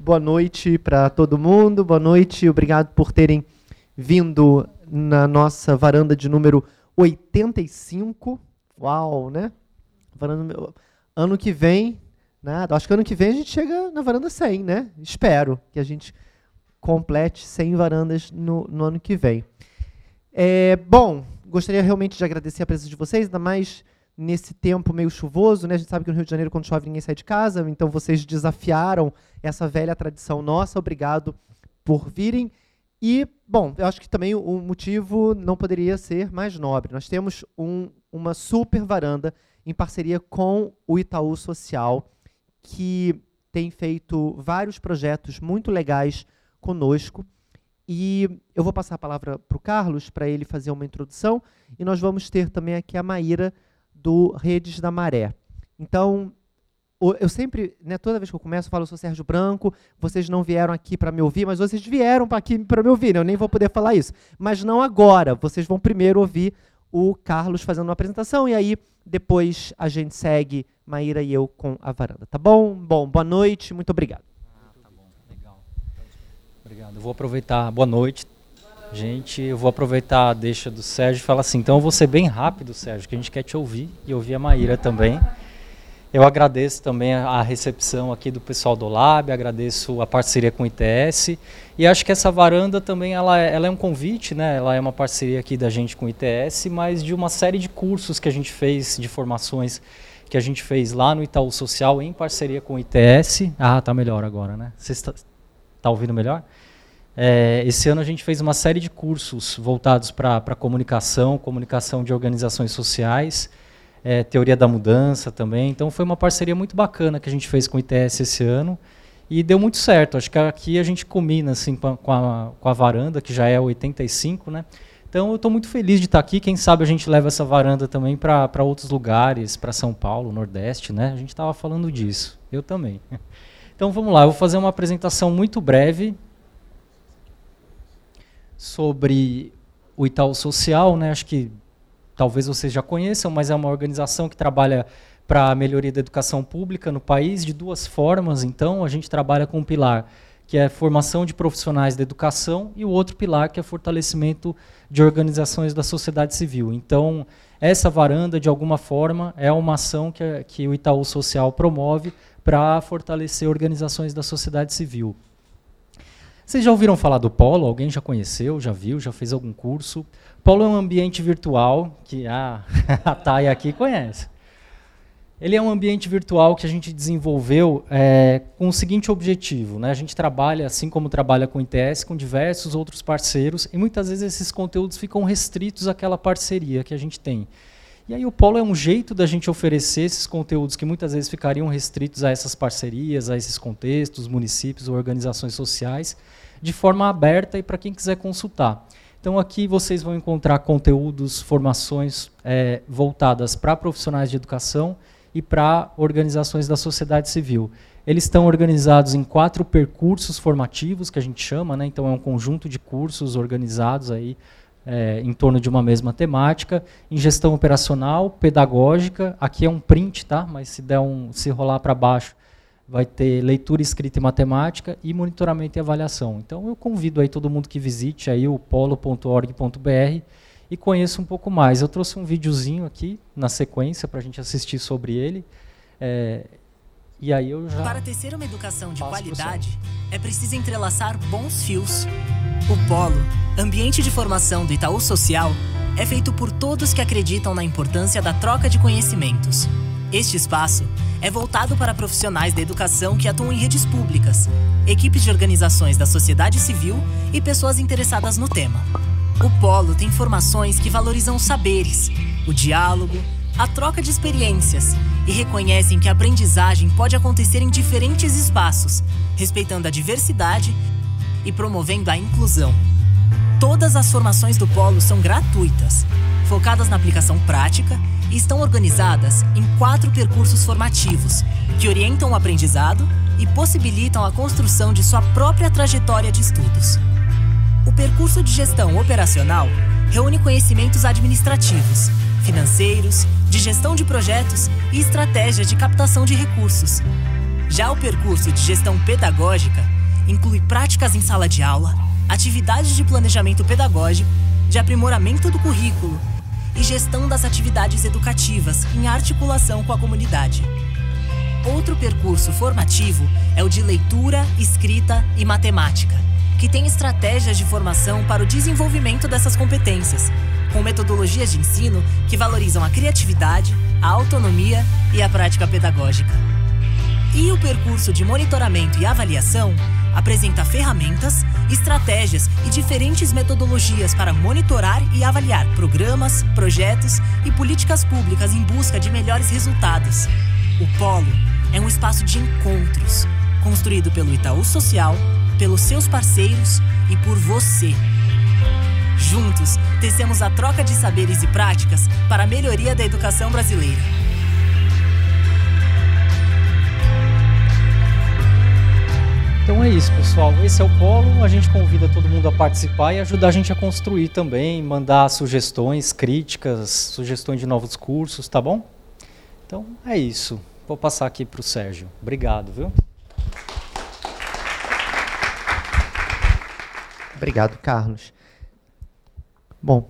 boa noite para todo mundo, boa noite, obrigado por terem vindo na nossa varanda de número 85. Uau, né? Ano que vem, nada. Acho que ano que vem a gente chega na varanda 100, né? Espero que a gente complete 100 varandas no ano que vem. Bom, gostaria realmente de agradecer a presença de vocês, ainda mais nesse tempo meio chuvoso, né? A gente sabe que no Rio de Janeiro, quando chove, ninguém sai de casa, então vocês desafiaram essa velha tradição nossa. Obrigado por virem. E, bom, eu acho que também o motivo não poderia ser mais nobre. Nós temos uma super varanda em parceria com o Itaú Social, que tem feito vários projetos muito legais conosco. E eu vou passar a palavra para o Carlos, para ele fazer uma introdução, e nós vamos ter também aqui a Maíra, do Redes da Maré. Então, eu sempre, né, toda vez que eu começo, eu falo, eu sou Sérgio Branco, vocês não vieram aqui para me ouvir, mas vocês vieram aqui para me ouvir, né? Eu nem vou poder falar isso. Mas não agora, vocês vão primeiro ouvir o Carlos fazendo uma apresentação, e aí depois a gente segue, Maíra e eu, com a varanda, tá bom? Bom, boa noite, muito obrigado. Tá bom, legal. Obrigado. Eu vou aproveitar, boa noite. Gente, eu vou aproveitar a deixa do Sérgio e falar assim, então eu vou ser bem rápido, Sérgio, que a gente quer te ouvir e ouvir a Maíra também. Eu agradeço também a recepção aqui do pessoal do Lab, agradeço a parceria com o ITS, e acho que essa varanda também ela é um convite, né? Ela é uma parceria aqui da gente com o ITS, mas de uma série de cursos que a gente fez, de formações que a gente fez lá no Itaú Social em parceria com o ITS. Ah, tá melhor agora, né? Você está ouvindo melhor? Esse ano a gente fez uma série de cursos voltados para comunicação de organizações sociais, teoria da mudança também. Então foi uma parceria muito bacana que a gente fez com o ITS esse ano e deu muito certo. Acho que aqui a gente combina assim, com a varanda, que já é 85, né? Então eu estou muito feliz de estar aqui. Quem sabe a gente leva essa varanda também para outros lugares, para São Paulo, Nordeste, né? A gente estava falando disso, eu também. Então vamos lá, eu vou fazer uma apresentação muito breve sobre o Itaú Social, né? Acho que talvez vocês já conheçam, mas é uma organização que trabalha para a melhoria da educação pública no país de duas formas. Então, a gente trabalha com um pilar que é formação de profissionais da educação e o outro pilar que é fortalecimento de organizações da sociedade civil. Então, essa varanda, de alguma forma, é uma ação que o Itaú Social promove para fortalecer organizações da sociedade civil. Vocês já ouviram falar do Polo? Alguém já conheceu, já viu, já fez algum curso? Polo é um ambiente virtual, que a Thay aqui conhece. Ele é um ambiente virtual que a gente desenvolveu com o seguinte objetivo, né? A gente trabalha, assim como trabalha com o ITS, com diversos outros parceiros, e muitas vezes esses conteúdos ficam restritos àquela parceria que a gente tem. E aí o Polo é um jeito da gente oferecer esses conteúdos que muitas vezes ficariam restritos a essas parcerias, a esses contextos, municípios ou organizações sociais, de forma aberta e para quem quiser consultar. Então aqui vocês vão encontrar conteúdos, formações voltadas para profissionais de educação e para organizações da sociedade civil. Eles estão organizados em 4 percursos formativos, que a gente chama, né? Então é um conjunto de cursos organizados aí, em torno de uma mesma temática, em gestão operacional, pedagógica, aqui é um print, tá? Mas se rolar para baixo, vai ter leitura, escrita e matemática e monitoramento e avaliação. Então eu convido aí todo mundo que visite aí o polo.org.br e conheça um pouco mais. Eu trouxe um videozinho aqui na sequência para a gente assistir sobre ele. E aí eu já... Para tecer uma educação de qualidade, é preciso entrelaçar bons fios. O Polo, ambiente de formação do Itaú Social, é feito por todos que acreditam na importância da troca de conhecimentos. Este espaço é voltado para profissionais da educação que atuam em redes públicas, equipes de organizações da sociedade civil e pessoas interessadas no tema. O Polo tem formações que valorizam os saberes, o diálogo, a troca de experiências e reconhecem que a aprendizagem pode acontecer em diferentes espaços, respeitando a diversidade e promovendo a inclusão. Todas as formações do Polo são gratuitas, focadas na aplicação prática e estão organizadas em 4 percursos formativos, que orientam o aprendizado e possibilitam a construção de sua própria trajetória de estudos. O percurso de gestão operacional reúne conhecimentos administrativos, financeiros, de gestão de projetos e estratégias de captação de recursos. Já o percurso de gestão pedagógica inclui práticas em sala de aula, atividades de planejamento pedagógico, de aprimoramento do currículo e gestão das atividades educativas em articulação com a comunidade. Outro percurso formativo é o de leitura, escrita e matemática, que tem estratégias de formação para o desenvolvimento dessas competências, com metodologias de ensino que valorizam a criatividade, a autonomia e a prática pedagógica. E o percurso de monitoramento e avaliação apresenta ferramentas, estratégias e diferentes metodologias para monitorar e avaliar programas, projetos e políticas públicas em busca de melhores resultados. O Polo é um espaço de encontros, construído pelo Itaú Social, pelos seus parceiros e por você. Juntos, tecemos a troca de saberes e práticas para a melhoria da educação brasileira. Então é isso, pessoal. Esse é o Polo. A gente convida todo mundo a participar e ajudar a gente a construir também, mandar sugestões, críticas, sugestões de novos cursos, tá bom? Então é isso. Vou passar aqui para o Sérgio. Obrigado, viu? Obrigado, Carlos. Bom,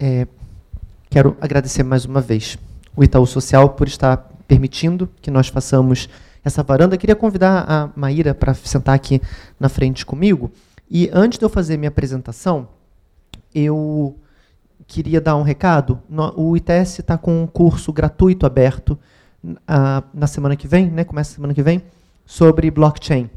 quero agradecer mais uma vez o Itaú Social por estar permitindo que nós façamos essa varanda. Queria convidar a Maíra para sentar aqui na frente comigo. E antes de eu fazer minha apresentação, eu queria dar um recado. O ITS está com um curso gratuito aberto na semana que vem, né? Começa a semana que vem, sobre blockchain.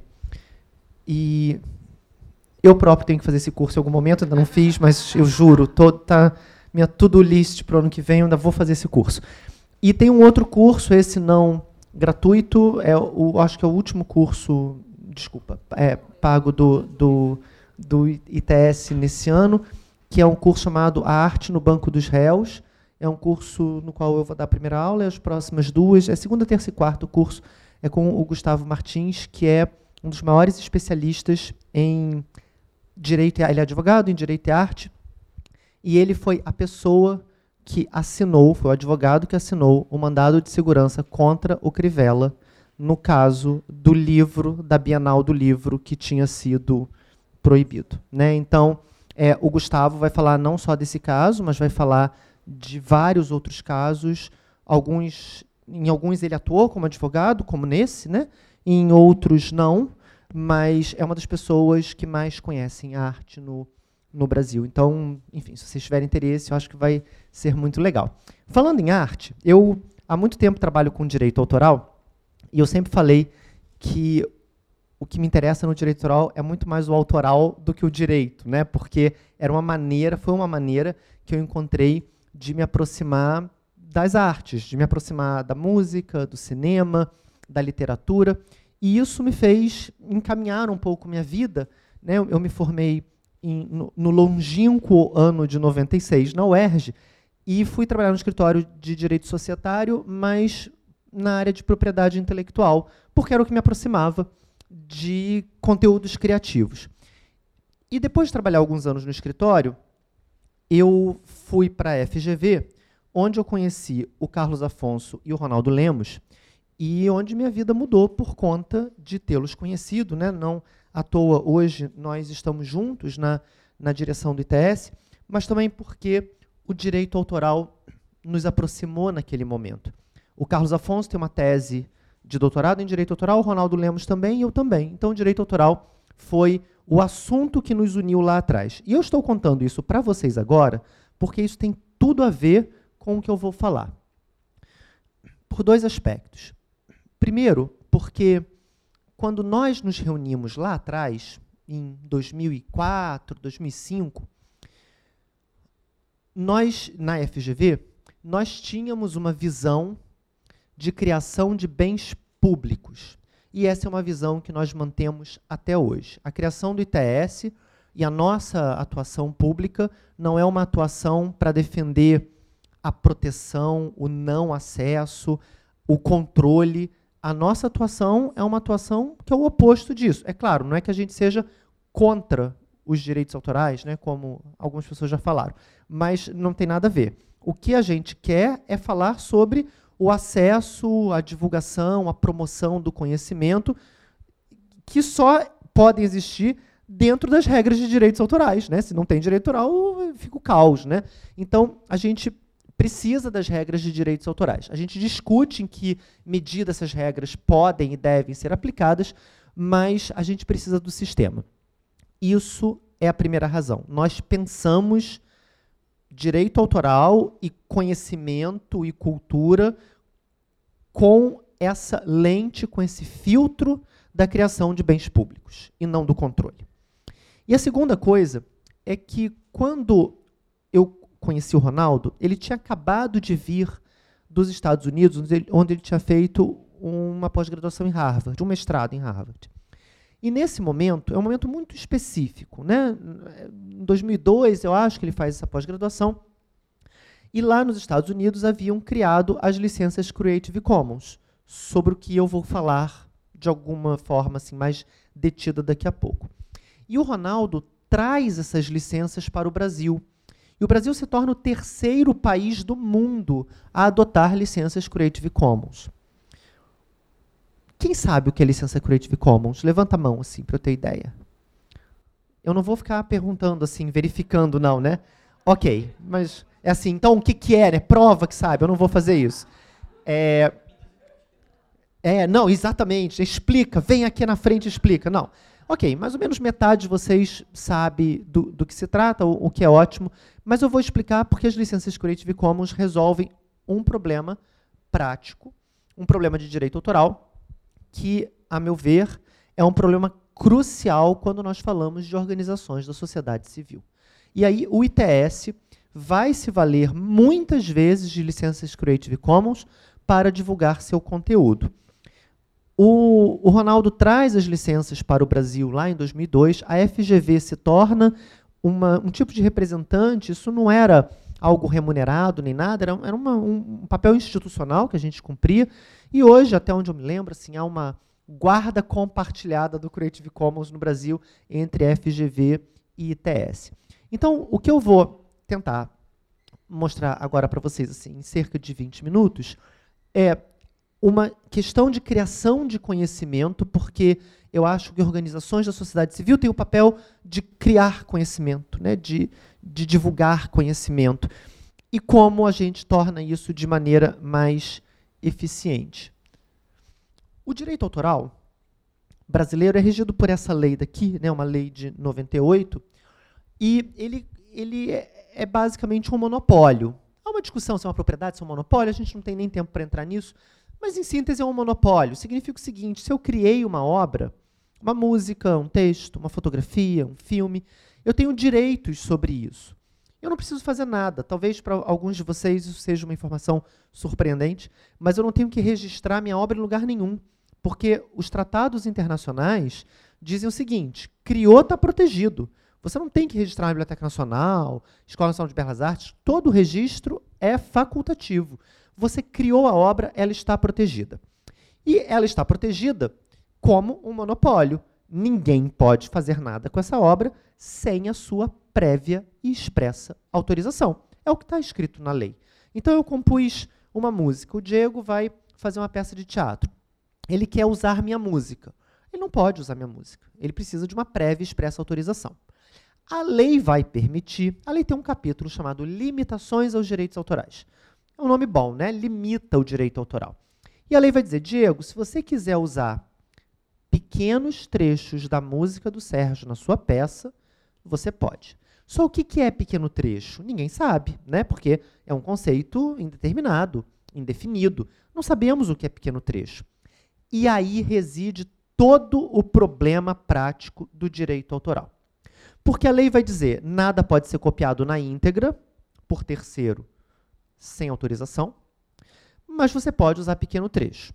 E eu próprio tenho que fazer esse curso em algum momento, ainda não fiz, mas eu juro, tá minha to-do list para o ano que vem, eu ainda vou fazer esse curso. E tem um outro curso, esse não gratuito, acho que é o último curso, pago do ITS nesse ano, que é um curso chamado A Arte no Banco dos Réus. É um curso no qual eu vou dar a primeira aula e as próximas duas, segunda, terça e quarto curso, é com o Gustavo Martins, que é um dos maiores especialistas em direito, ele é advogado em direito e arte, e ele foi a pessoa que assinou, foi o advogado que assinou o mandado de segurança contra o Crivella, no caso do livro, da Bienal do Livro, que tinha sido proibido, né? Então, o Gustavo vai falar não só desse caso, mas vai falar de vários outros casos. Em alguns ele atuou como advogado, como nesse, né? Em outros não, mas é uma das pessoas que mais conhecem a arte no Brasil. Então, enfim, se vocês tiverem interesse, eu acho que vai ser muito legal. Falando em arte, eu há muito tempo trabalho com direito autoral e eu sempre falei que o que me interessa no direito autoral é muito mais o autoral do que o direito, né? Porque foi uma maneira que eu encontrei de me aproximar das artes, de me aproximar da música, do cinema, da literatura, e isso me fez encaminhar um pouco minha vida, né? Eu me formei no longínquo ano de 96, na UERJ, e fui trabalhar no escritório de direito societário, mas na área de propriedade intelectual, porque era o que me aproximava de conteúdos criativos. E depois de trabalhar alguns anos no escritório, eu fui para a FGV, onde eu conheci o Carlos Afonso e o Ronaldo Lemos, e onde minha vida mudou por conta de tê-los conhecido, né? Não à toa, hoje nós estamos juntos na direção do ITS, mas também porque o direito autoral nos aproximou naquele momento. O Carlos Afonso tem uma tese de doutorado em direito autoral, o Ronaldo Lemos também e eu também. Então, o direito autoral foi o assunto que nos uniu lá atrás. E eu estou contando isso para vocês agora, porque isso tem tudo a ver com o que eu vou falar. Por dois aspectos. Primeiro, porque quando nós nos reunimos lá atrás, em 2004, 2005, nós, na FGV, nós tínhamos uma visão de criação de bens públicos. E essa é uma visão que nós mantemos até hoje. A criação do ITS e a nossa atuação pública não é uma atuação para defender a proteção, o não acesso, o controle. A nossa atuação é uma atuação que é o oposto disso. É claro, não é que a gente seja contra os direitos autorais, né, como algumas pessoas já falaram, mas não tem nada a ver. O que a gente quer é falar sobre o acesso, a divulgação, a promoção do conhecimento, que só podem existir dentro das regras de direitos autorais, né? Se não tem direito autoral, fica o caos, né? Então, a gente precisa das regras de direitos autorais. A gente discute em que medida essas regras podem e devem ser aplicadas, mas a gente precisa do sistema. Isso é a primeira razão. Nós pensamos direito autoral e conhecimento e cultura com essa lente, com esse filtro da criação de bens públicos e não do controle. E a segunda coisa é que quando eu conheci o Ronaldo, ele tinha acabado de vir dos Estados Unidos, onde ele tinha feito uma pós-graduação em Harvard, um mestrado em Harvard. E nesse momento, é um momento muito específico, né? Em 2002, eu acho que ele faz essa pós-graduação, e lá nos Estados Unidos haviam criado as licenças Creative Commons, sobre o que eu vou falar de alguma forma assim, mais detida daqui a pouco. E o Ronaldo traz essas licenças para o Brasil. E o Brasil se torna o terceiro país do mundo a adotar licenças Creative Commons. Quem sabe o que é licença Creative Commons? Levanta a mão, assim, para eu ter ideia. Eu não vou ficar perguntando, assim, verificando, não, né? Ok, mas é assim, então o que é? É prova que sabe, eu não vou fazer isso. Não, exatamente, explica, vem aqui na frente e explica. Não. Ok, mais ou menos metade de vocês sabe do que se trata, o que é ótimo, mas eu vou explicar porque as licenças Creative Commons resolvem um problema prático, um problema de direito autoral, que, a meu ver, é um problema crucial quando nós falamos de organizações da sociedade civil. E aí o ITS vai se valer muitas vezes de licenças Creative Commons para divulgar seu conteúdo. O Ronaldo traz as licenças para o Brasil lá em 2002, a FGV se torna um tipo de representante, isso não era algo remunerado nem nada, era um papel institucional que a gente cumpria, e hoje, até onde eu me lembro, assim, há uma guarda compartilhada do Creative Commons no Brasil entre FGV e ITS. Então, o que eu vou tentar mostrar agora para vocês, assim, em cerca de 20 minutos, é uma questão de criação de conhecimento, porque eu acho que organizações da sociedade civil têm o papel de criar conhecimento, né, de divulgar conhecimento, e como a gente torna isso de maneira mais eficiente. O direito autoral brasileiro é regido por essa lei daqui, né, uma lei de 98, e ele é basicamente um monopólio. Há uma discussão se é uma propriedade, se é um monopólio, a gente não tem nem tempo para entrar nisso, mas, em síntese, é um monopólio. Significa o seguinte, se eu criei uma obra, uma música, um texto, uma fotografia, um filme, eu tenho direitos sobre isso. Eu não preciso fazer nada. Talvez para alguns de vocês isso seja uma informação surpreendente, mas eu não tenho que registrar minha obra em lugar nenhum, porque os tratados internacionais dizem o seguinte, criou, está protegido. Você não tem que registrar na Biblioteca Nacional, Escola Nacional de Belas Artes, todo o registro é facultativo. Você criou a obra, ela está protegida. E ela está protegida como um monopólio. Ninguém pode fazer nada com essa obra sem a sua prévia e expressa autorização. É o que está escrito na lei. Então, eu compus uma música. O Diego vai fazer uma peça de teatro. Ele quer usar minha música. Ele não pode usar minha música. Ele precisa de uma prévia e expressa autorização. A lei vai permitir... A lei tem um capítulo chamado Limitações aos Direitos Autorais. É um nome bom, né? Limita o direito autoral. E a lei vai dizer, Diego, se você quiser usar pequenos trechos da música do Sérgio na sua peça, você pode. Só o que é pequeno trecho? Ninguém sabe, né? Porque é um conceito indeterminado, indefinido. Não sabemos o que é pequeno trecho. E aí reside todo o problema prático do direito autoral. Porque a lei vai dizer, nada pode ser copiado na íntegra, por terceiro, sem autorização, mas você pode usar pequeno trecho.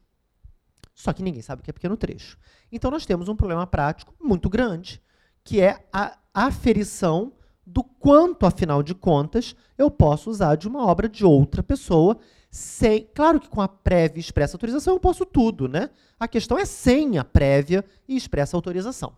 Só que ninguém sabe o que é pequeno trecho. Então, nós temos um problema prático muito grande, que é a aferição do quanto, afinal de contas, eu posso usar de uma obra de outra pessoa, sem, claro que com a prévia e expressa autorização eu posso tudo, né? A questão é sem a prévia e expressa autorização.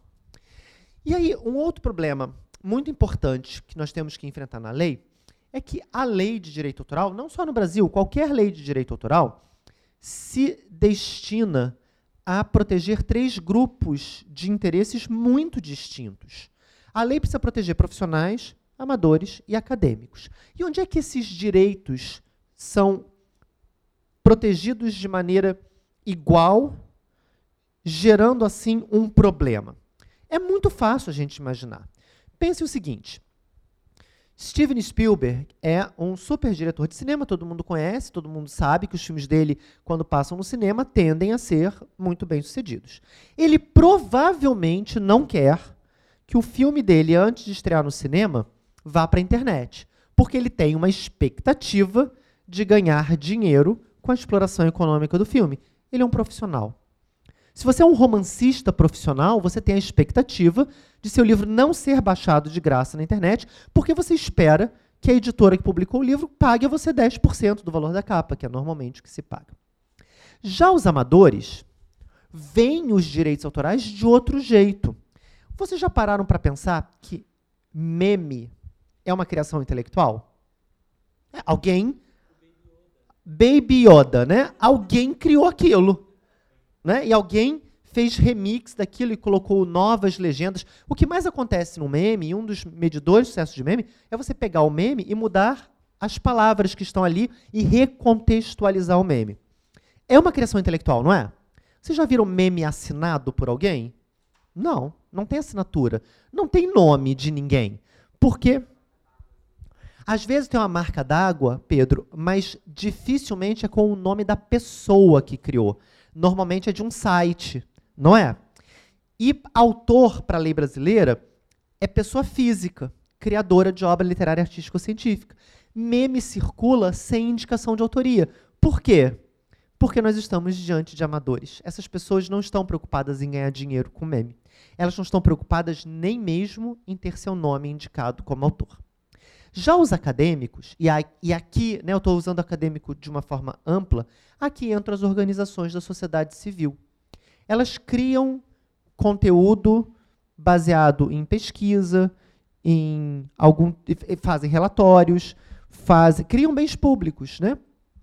E aí, um outro problema muito importante que nós temos que enfrentar na lei é que a lei de direito autoral, não só no Brasil, qualquer lei de direito autoral, se destina a proteger 3 grupos de interesses muito distintos. A lei precisa proteger profissionais, amadores e acadêmicos. E onde é que esses direitos são protegidos de maneira igual, gerando, assim, um problema? É muito fácil a gente imaginar. Pense o seguinte. Steven Spielberg é um super diretor de cinema, todo mundo conhece, todo mundo sabe que os filmes dele, quando passam no cinema, tendem a ser muito bem-sucedidos. Ele provavelmente não quer que o filme dele, antes de estrear no cinema, vá para a internet, porque ele tem uma expectativa de ganhar dinheiro com a exploração econômica do filme. Ele é um profissional. Se você é um romancista profissional, você tem a expectativa de seu livro não ser baixado de graça na internet, porque você espera que a editora que publicou o livro pague a você 10% do valor da capa, que é normalmente o que se paga. Já os amadores veem os direitos autorais de outro jeito. Vocês já pararam para pensar que meme é uma criação intelectual? Alguém... Baby Yoda, né? Alguém criou aquilo. Né? E alguém fez remix daquilo e colocou novas legendas. O que mais acontece no meme, e um dos medidores de sucesso de meme, é você pegar o meme e mudar as palavras que estão ali e recontextualizar o meme. É uma criação intelectual, não é? Vocês já viram meme assinado por alguém? Não, não tem assinatura. Não tem nome de ninguém. Por quê? Às vezes tem uma marca d'água, Pedro, mas dificilmente é com o nome da pessoa que criou. Normalmente é de um site, não é? E autor, para a lei brasileira, é pessoa física, criadora de obra literária, artística ou científica. Meme circula sem indicação de autoria. Por quê? Porque nós estamos diante de amadores. Essas pessoas não estão preocupadas em ganhar dinheiro com meme. Elas não estão preocupadas nem mesmo em ter seu nome indicado como autor. Já os acadêmicos, e aqui, né, eu estou usando acadêmico de uma forma ampla, aqui entram as organizações da sociedade civil. Elas criam conteúdo baseado em pesquisa, fazem relatórios, criam bens públicos. Né?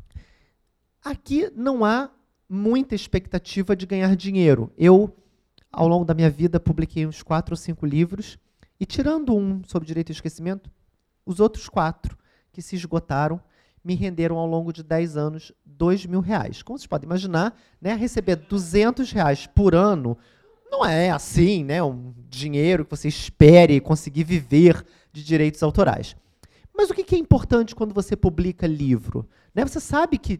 Aqui não há muita expectativa de ganhar dinheiro. Eu, ao longo da minha vida, publiquei uns 4 ou 5 livros, e tirando um sobre direito ao esquecimento, os outros 4 que se esgotaram me renderam ao longo de 10 anos R$2.000. Como vocês podem imaginar, né, receber R$200 por ano não é assim, né, um dinheiro que você espere conseguir viver de direitos autorais. Mas o que é importante quando você publica livro? Né, você sabe que,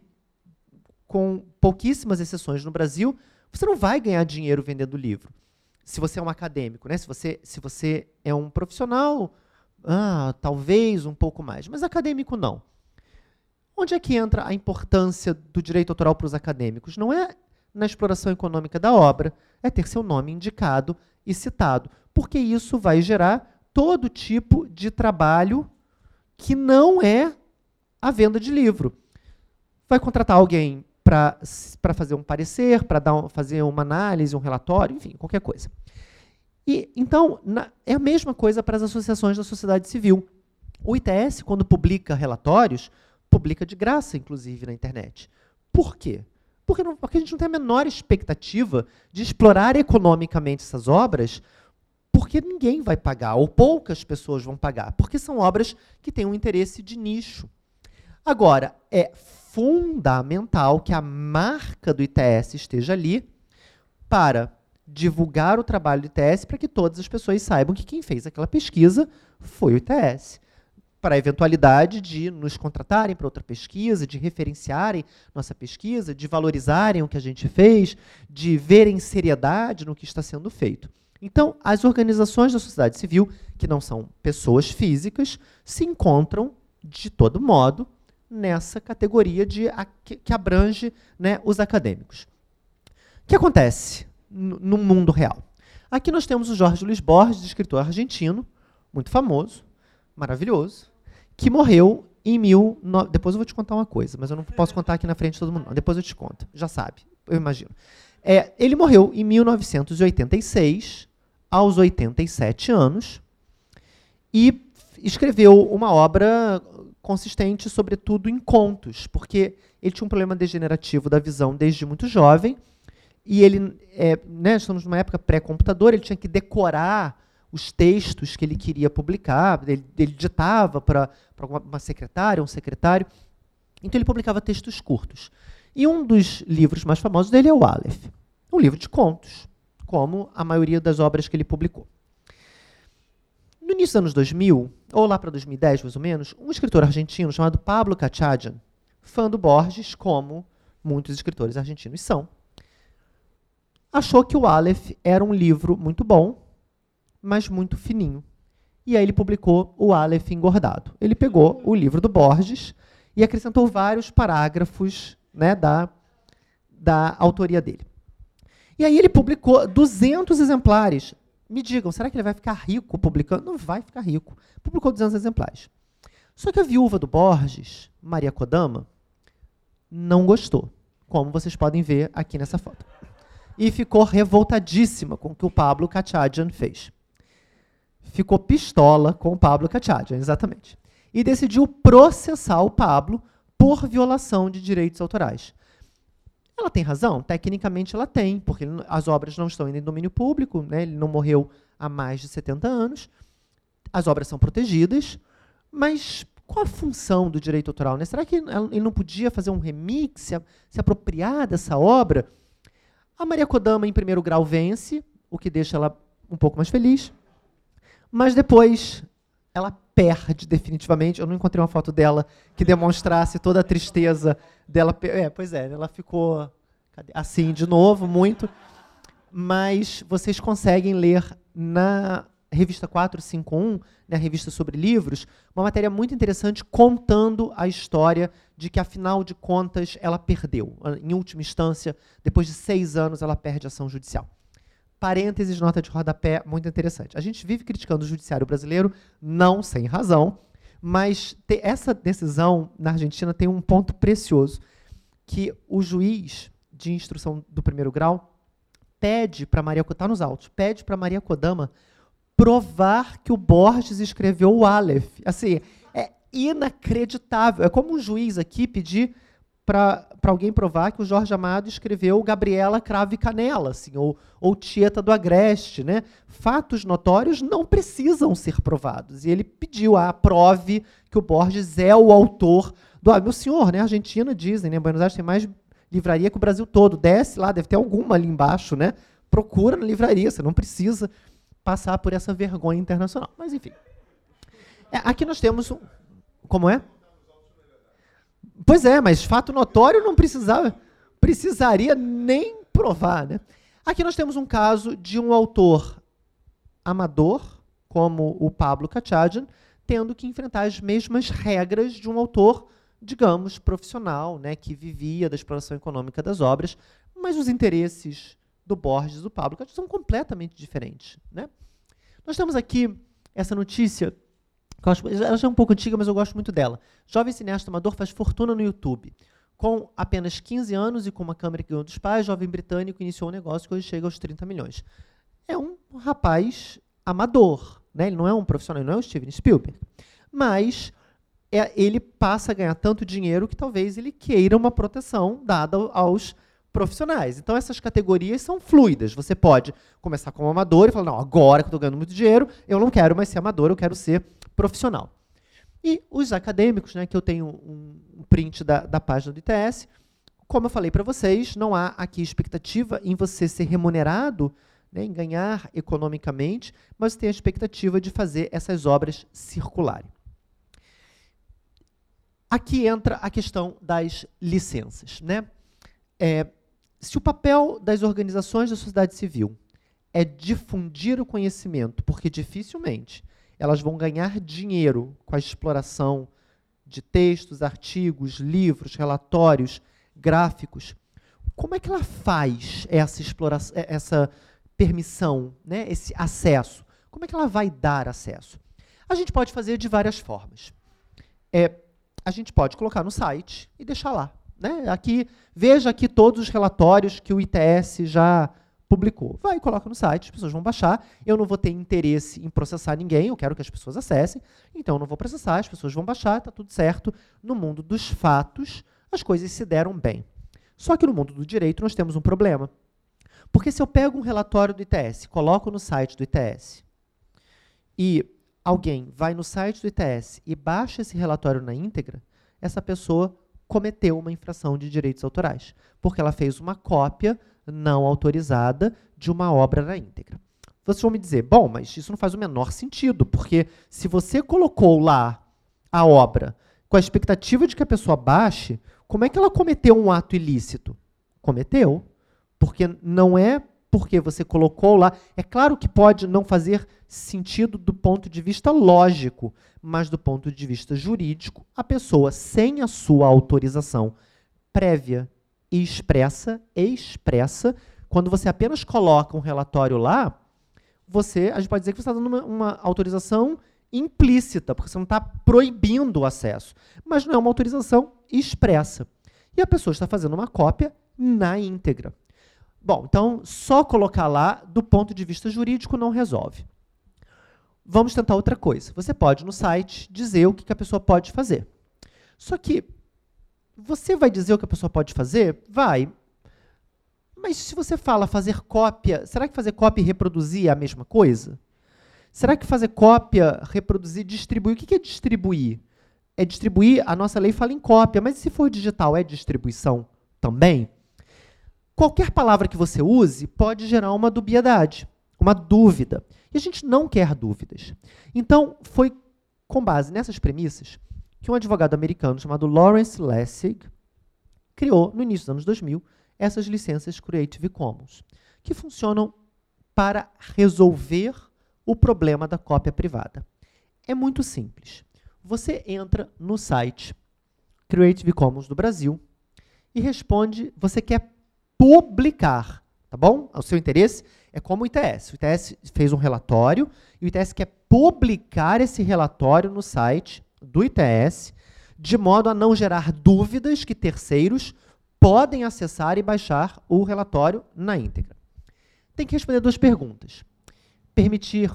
com pouquíssimas exceções no Brasil, você não vai ganhar dinheiro vendendo livro. Se você é um acadêmico, né, se você é um profissional... talvez um pouco mais, mas acadêmico não. Onde é que entra a importância do direito autoral para os acadêmicos? Não é na exploração econômica da obra, é ter seu nome indicado e citado, porque isso vai gerar todo tipo de trabalho que não é a venda de livro. Vai contratar alguém para fazer um parecer, para fazer uma análise, um relatório, enfim, qualquer coisa. E, então, é a mesma coisa para as associações da sociedade civil. O ITS, quando publica relatórios, publica de graça, inclusive, na internet. Por quê? Porque a gente não tem a menor expectativa de explorar economicamente essas obras, porque ninguém vai pagar, ou poucas pessoas vão pagar, porque são obras que têm um interesse de nicho. Agora, é fundamental que a marca do ITS esteja ali para divulgar o trabalho do ITS para que todas as pessoas saibam que quem fez aquela pesquisa foi o ITS. Para a eventualidade de nos contratarem para outra pesquisa, de referenciarem nossa pesquisa, de valorizarem o que a gente fez, de verem seriedade no que está sendo feito. Então, as organizações da sociedade civil, que não são pessoas físicas, se encontram, de todo modo, nessa categoria que abrange, né, os acadêmicos. O que acontece no mundo real? Aqui nós temos o Jorge Luiz Borges, escritor argentino, muito famoso, maravilhoso, que morreu em Depois eu vou te contar uma coisa, mas eu não posso contar aqui na frente de todo mundo, não. Depois eu te conto, já sabe, eu imagino. Ele morreu em 1986, aos 87 anos, e escreveu uma obra consistente, sobretudo, em contos, porque ele tinha um problema degenerativo da visão desde muito jovem, e ele, né, estamos numa época pré-computador, ele tinha que decorar os textos que ele queria publicar, ele ditava para uma secretária, um secretário, então ele publicava textos curtos. E um dos livros mais famosos dele é o Aleph, um livro de contos, como a maioria das obras que ele publicou. No início dos anos 2000, ou lá para 2010, mais ou menos, um escritor argentino chamado Pablo Kachadian, fã do Borges, como muitos escritores argentinos são, achou que o Aleph era um livro muito bom, mas muito fininho. E aí ele publicou o Aleph engordado. Ele pegou o livro do Borges e acrescentou vários parágrafos, né, da autoria dele. E aí ele publicou 200 exemplares. Me digam, será que ele vai ficar rico publicando? Não vai ficar rico. Publicou 200 exemplares. Só que a viúva do Borges, Maria Kodama, não gostou, como vocês podem ver aqui nessa foto. E ficou revoltadíssima com o que o Pablo Kachadian fez. Ficou pistola com o Pablo Kachadian, exatamente. E decidiu processar o Pablo por violação de direitos autorais. Ela tem razão? Tecnicamente ela tem, porque as obras não estão ainda em domínio público, né? Ele não morreu há mais de 70 anos, as obras são protegidas, mas qual a função do direito autoral, né? Será que ele não podia fazer um remix, se apropriar dessa obra? A Maria Kodama, em primeiro grau, vence, o que deixa ela um pouco mais feliz, mas depois ela perde definitivamente. Eu não encontrei uma foto dela que demonstrasse toda a tristeza dela. Pois é, ela ficou assim de novo, muito. Mas vocês conseguem ler na revista 451, na revista sobre livros, uma matéria muito interessante contando a história de que, afinal de contas, ela perdeu. Em última instância, depois de 6 anos, ela perde a ação judicial. Parênteses, nota de rodapé, muito interessante. A gente vive criticando o judiciário brasileiro, não sem razão, mas essa decisão na Argentina tem um ponto precioso, que o juiz de instrução do primeiro grau pede para Maria Kodama, está nos autos, pede para Maria Kodama provar que o Borges escreveu o Aleph. Assim, é inacreditável. É como um juiz aqui pedir para alguém provar que o Jorge Amado escreveu Gabriela Cravo e Canela, assim, ou Tieta do Agreste, né? Fatos notórios não precisam ser provados. E ele pediu, prove que o Borges é o autor do... meu senhor, né? Argentina, dizem, né? Buenos Aires tem mais livraria que o Brasil todo. Desce lá, deve ter alguma ali embaixo, né? Procura na livraria, você não precisa passar por essa vergonha internacional. Mas, enfim. Aqui nós temos... Como é? Pois é, mas fato notório não precisaria nem provar, né? Aqui nós temos um caso de um autor amador, como o Pablo Kachadian, tendo que enfrentar as mesmas regras de um autor, digamos, profissional, né, que vivia da exploração econômica das obras, mas os interesses do Borges e do Pablo Kachadian são completamente diferentes, né? Nós temos aqui essa notícia... Ela já é um pouco antiga, mas eu gosto muito dela. Jovem cineasta amador faz fortuna no YouTube. Com apenas 15 anos e com uma câmera que ganhou dos pais, jovem britânico iniciou um negócio que hoje chega aos 30 milhões. É um rapaz amador, né? Ele não é um profissional, ele não é o Steven Spielberg. Mas ele passa a ganhar tanto dinheiro que talvez ele queira uma proteção dada aos profissionais. Então, essas categorias são fluidas. Você pode começar como amador e falar, não, agora que eu estou ganhando muito dinheiro, eu não quero mais ser amador, eu quero ser profissional. E os acadêmicos, né, que eu tenho um print da página do ITS, como eu falei para vocês, não há aqui expectativa em você ser remunerado, né, em ganhar economicamente, mas tem a expectativa de fazer essas obras circularem. Aqui entra a questão das licenças, né? Se o papel das organizações da sociedade civil é difundir o conhecimento, porque dificilmente elas vão ganhar dinheiro com a exploração de textos, artigos, livros, relatórios, gráficos, como é que ela faz essa exploração, essa permissão, né, esse acesso? Como é que ela vai dar acesso? A gente pode fazer de várias formas. A gente pode colocar no site e deixar lá, né? Veja aqui todos os relatórios que o ITS já publicou. Vai e coloca no site, as pessoas vão baixar. Eu não vou ter interesse em processar ninguém, eu quero que as pessoas acessem, então eu não vou processar, as pessoas vão baixar, está tudo certo. No mundo dos fatos, as coisas se deram bem. Só que no mundo do direito nós temos um problema. Porque se eu pego um relatório do ITS, coloco no site do ITS, e alguém vai no site do ITS e baixa esse relatório na íntegra, essa pessoa cometeu uma infração de direitos autorais, porque ela fez uma cópia não autorizada de uma obra na íntegra. Vocês vão me dizer, bom, mas isso não faz o menor sentido, porque se você colocou lá a obra com a expectativa de que a pessoa baixe, como é que ela cometeu um ato ilícito? Cometeu, porque não é porque você colocou lá. É claro que pode não fazer sentido do ponto de vista lógico, mas do ponto de vista jurídico, a pessoa, sem a sua autorização prévia e expressa, quando você apenas coloca um relatório lá, a gente pode dizer que você está dando uma autorização implícita, porque você não está proibindo o acesso, mas não é uma autorização expressa. E a pessoa está fazendo uma cópia na íntegra. Bom, então, só colocar lá, do ponto de vista jurídico, não resolve. Vamos tentar outra coisa. Você pode, no site, dizer o que a pessoa pode fazer. Só que, você vai dizer o que a pessoa pode fazer? Vai. Mas se você fala fazer cópia, será que fazer cópia e reproduzir é a mesma coisa? Será que fazer cópia, reproduzir, distribuir? O que é distribuir? É distribuir, a nossa lei fala em cópia, mas se for digital, é distribuição também? Qualquer palavra que você use pode gerar uma dubiedade, uma dúvida. E a gente não quer dúvidas. Então, foi com base nessas premissas que um advogado americano chamado Lawrence Lessig criou, no início dos anos 2000, essas licenças Creative Commons, que funcionam para resolver o problema da cópia privada. É muito simples. Você entra no site Creative Commons do Brasil e responde, você quer publicar, tá bom? O seu interesse é como o ITS. O ITS fez um relatório e o ITS quer publicar esse relatório no site do ITS, de modo a não gerar dúvidas que terceiros podem acessar e baixar o relatório na íntegra. Tem que responder duas perguntas. Permitir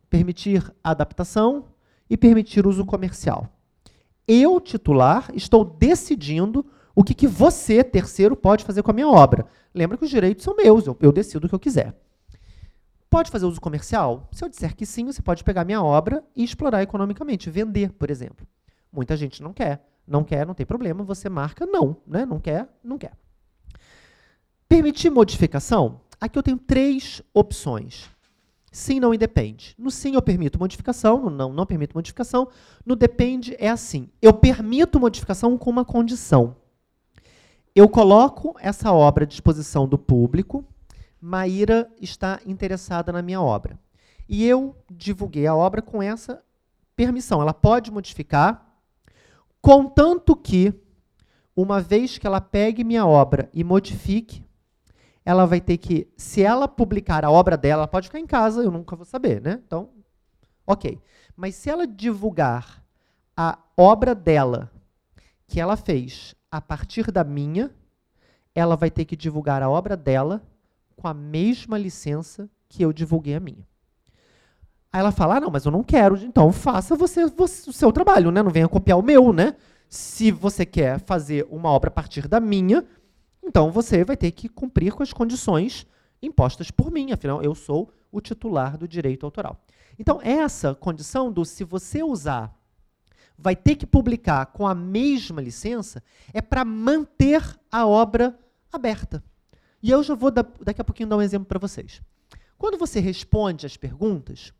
adaptação e permitir uso comercial. Eu, titular, estou decidindo o que você, terceiro, pode fazer com a minha obra. Lembra que os direitos são meus, eu decido o que eu quiser. Pode fazer uso comercial? Se eu disser que sim, você pode pegar minha obra e explorar economicamente, vender, por exemplo. Muita gente não quer. Não quer, não tem problema, você marca não, né? Não quer, não quer. Permitir modificação? Aqui eu tenho 3 opções. Sim, não e depende. No sim eu permito modificação, no não, não permito modificação. No depende é assim, eu permito modificação com uma condição. Eu coloco essa obra à disposição do público, Maíra está interessada na minha obra. E eu divulguei a obra com essa permissão. Ela pode modificar, contanto que, uma vez que ela pegue minha obra e modifique, ela vai ter que, se ela publicar a obra dela, ela pode ficar em casa, eu nunca vou saber, né? Então, ok. Mas se ela divulgar a obra dela, que ela fez a partir da minha, ela vai ter que divulgar a obra dela com a mesma licença que eu divulguei a minha. Aí ela fala, não, mas eu não quero, então faça você o seu trabalho, né? Não venha copiar o meu, né? Se você quer fazer uma obra a partir da minha, então você vai ter que cumprir com as condições impostas por mim, afinal, eu sou o titular do direito autoral. Então, essa condição do se você usar, vai ter que publicar com a mesma licença, é para manter a obra aberta. E eu já vou, daqui a pouquinho, dar um exemplo para vocês. Quando você responde as perguntas,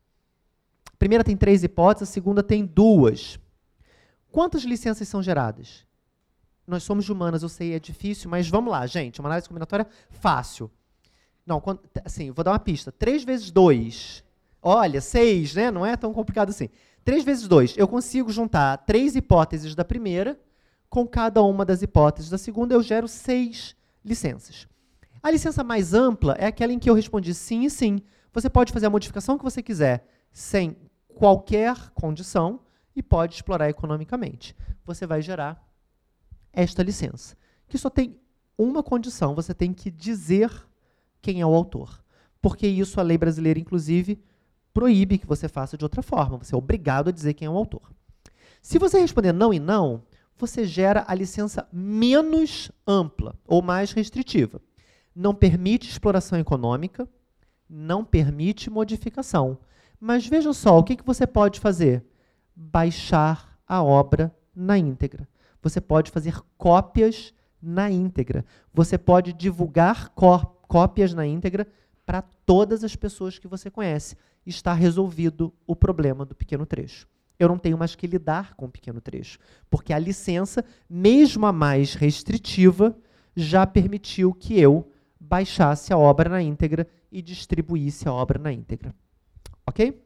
a primeira tem 3 hipóteses, a segunda tem 2. Quantas licenças são geradas? Nós somos de humanas, eu sei, é difícil, mas vamos lá, gente. Uma análise combinatória fácil. Não, assim, vou dar uma pista. 3 vezes 2. Olha, 6, né? Não é tão complicado assim. 3 vezes 2. Eu consigo juntar 3 hipóteses da primeira com cada uma das hipóteses da segunda, eu gero 6 licenças. A licença mais ampla é aquela em que eu respondi sim e sim. Você pode fazer a modificação que você quiser sem qualquer condição e pode explorar economicamente. Você vai gerar esta licença, que só tem uma condição, você tem que dizer quem é o autor. Porque isso a lei brasileira, inclusive, proíbe que você faça de outra forma. Você é obrigado a dizer quem é o autor. Se você responder não e não, você gera a licença menos ampla ou mais restritiva. não permite exploração econômica, não permite modificação. Mas veja só, o que você pode fazer? Baixar a obra na íntegra. Você pode fazer cópias na íntegra. Você pode divulgar cópias na íntegra para todas as pessoas que você conhece. Está resolvido o problema do pequeno trecho. Eu não tenho mais que lidar com o pequeno trecho, porque a licença, mesmo a mais restritiva, já permitiu que eu baixasse a obra na íntegra e distribuísse a obra na íntegra. Ok?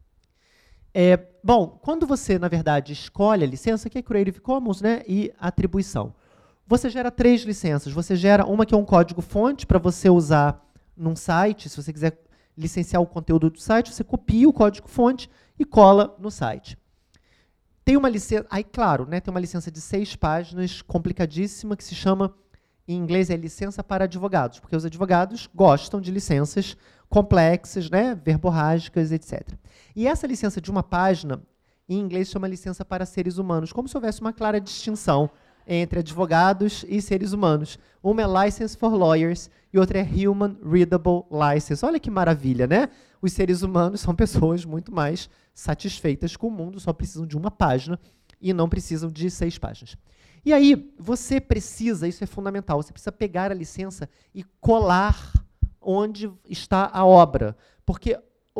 Bom, quando você, na verdade, escolhe a licença, que é Creative Commons, né, e atribuição, você gera 3 licenças. Você gera uma que é um código-fonte para você usar num site. Se você quiser licenciar o conteúdo do site, você copia o código-fonte e cola no site. Tem uma licença, aí claro, né, tem uma licença de 6 páginas, complicadíssima, que se chama, em inglês, licença para advogados, porque os advogados gostam de licenças complexas, né, verborrágicas, etc. E essa licença de uma página, em inglês, chama licença para seres humanos, como se houvesse uma clara distinção entre advogados e seres humanos. Uma é License for Lawyers e outra é Human Readable License. Olha que maravilha, né? Os seres humanos são pessoas muito mais satisfeitas com o mundo, só precisam de uma página e não precisam de 6 páginas. E aí, você precisa, isso é fundamental, você precisa pegar a licença e colar onde está a obra. Porque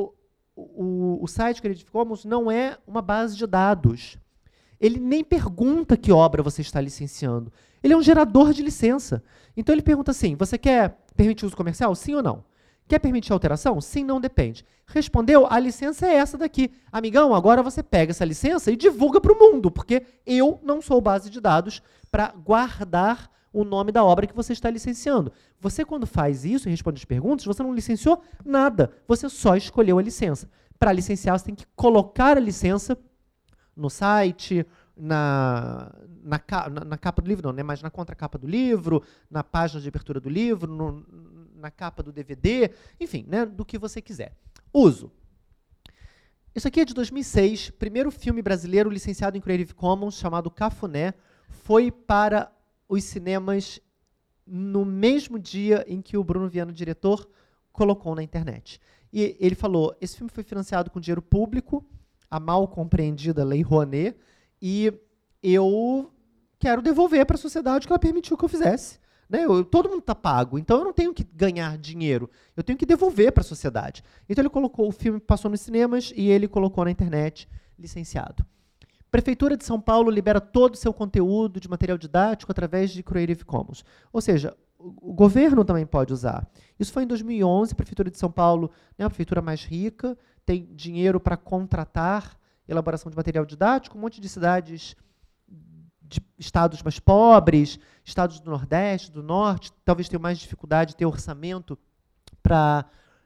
o site Creative Commons não é uma base de dados. Ele nem pergunta que obra você está licenciando. Ele é um gerador de licença. Então ele pergunta assim, você quer permitir uso comercial? Sim ou não? Quer permitir alteração? Sim, não, depende. Respondeu, a licença é essa daqui. Amigão, agora você pega essa licença e divulga para o mundo, porque eu não sou base de dados para guardar o nome da obra que você está licenciando. Você, quando faz isso e responde as perguntas, você não licenciou nada. Você só escolheu a licença. Para licenciar, você tem que colocar a licença no site, na capa do livro, não, né, mas na contracapa do livro, na página de abertura do livro, na capa do DVD, enfim, né, do que você quiser. Uso. Isso aqui é de 2006, primeiro filme brasileiro licenciado em Creative Commons, chamado Cafuné, foi para os cinemas no mesmo dia em que o Bruno Viana, diretor, colocou na internet. E ele falou, esse filme foi financiado com dinheiro público, a mal compreendida Lei Rouanet, e eu quero devolver para a sociedade o que ela permitiu que eu fizesse. Né? Todo mundo está pago, então eu não tenho que ganhar dinheiro, eu tenho que devolver para a sociedade. Então ele colocou, o filme passou nos cinemas e ele colocou na internet, licenciado. Prefeitura de São Paulo libera todo o seu conteúdo de material didático através de Creative Commons. Ou seja, o governo também pode usar. Isso foi em 2011, a Prefeitura de São Paulo, né, a prefeitura mais rica, tem dinheiro para contratar elaboração de material didático, um monte de cidades de estados mais pobres, estados do Nordeste, do Norte, talvez tenham mais dificuldade de ter orçamento para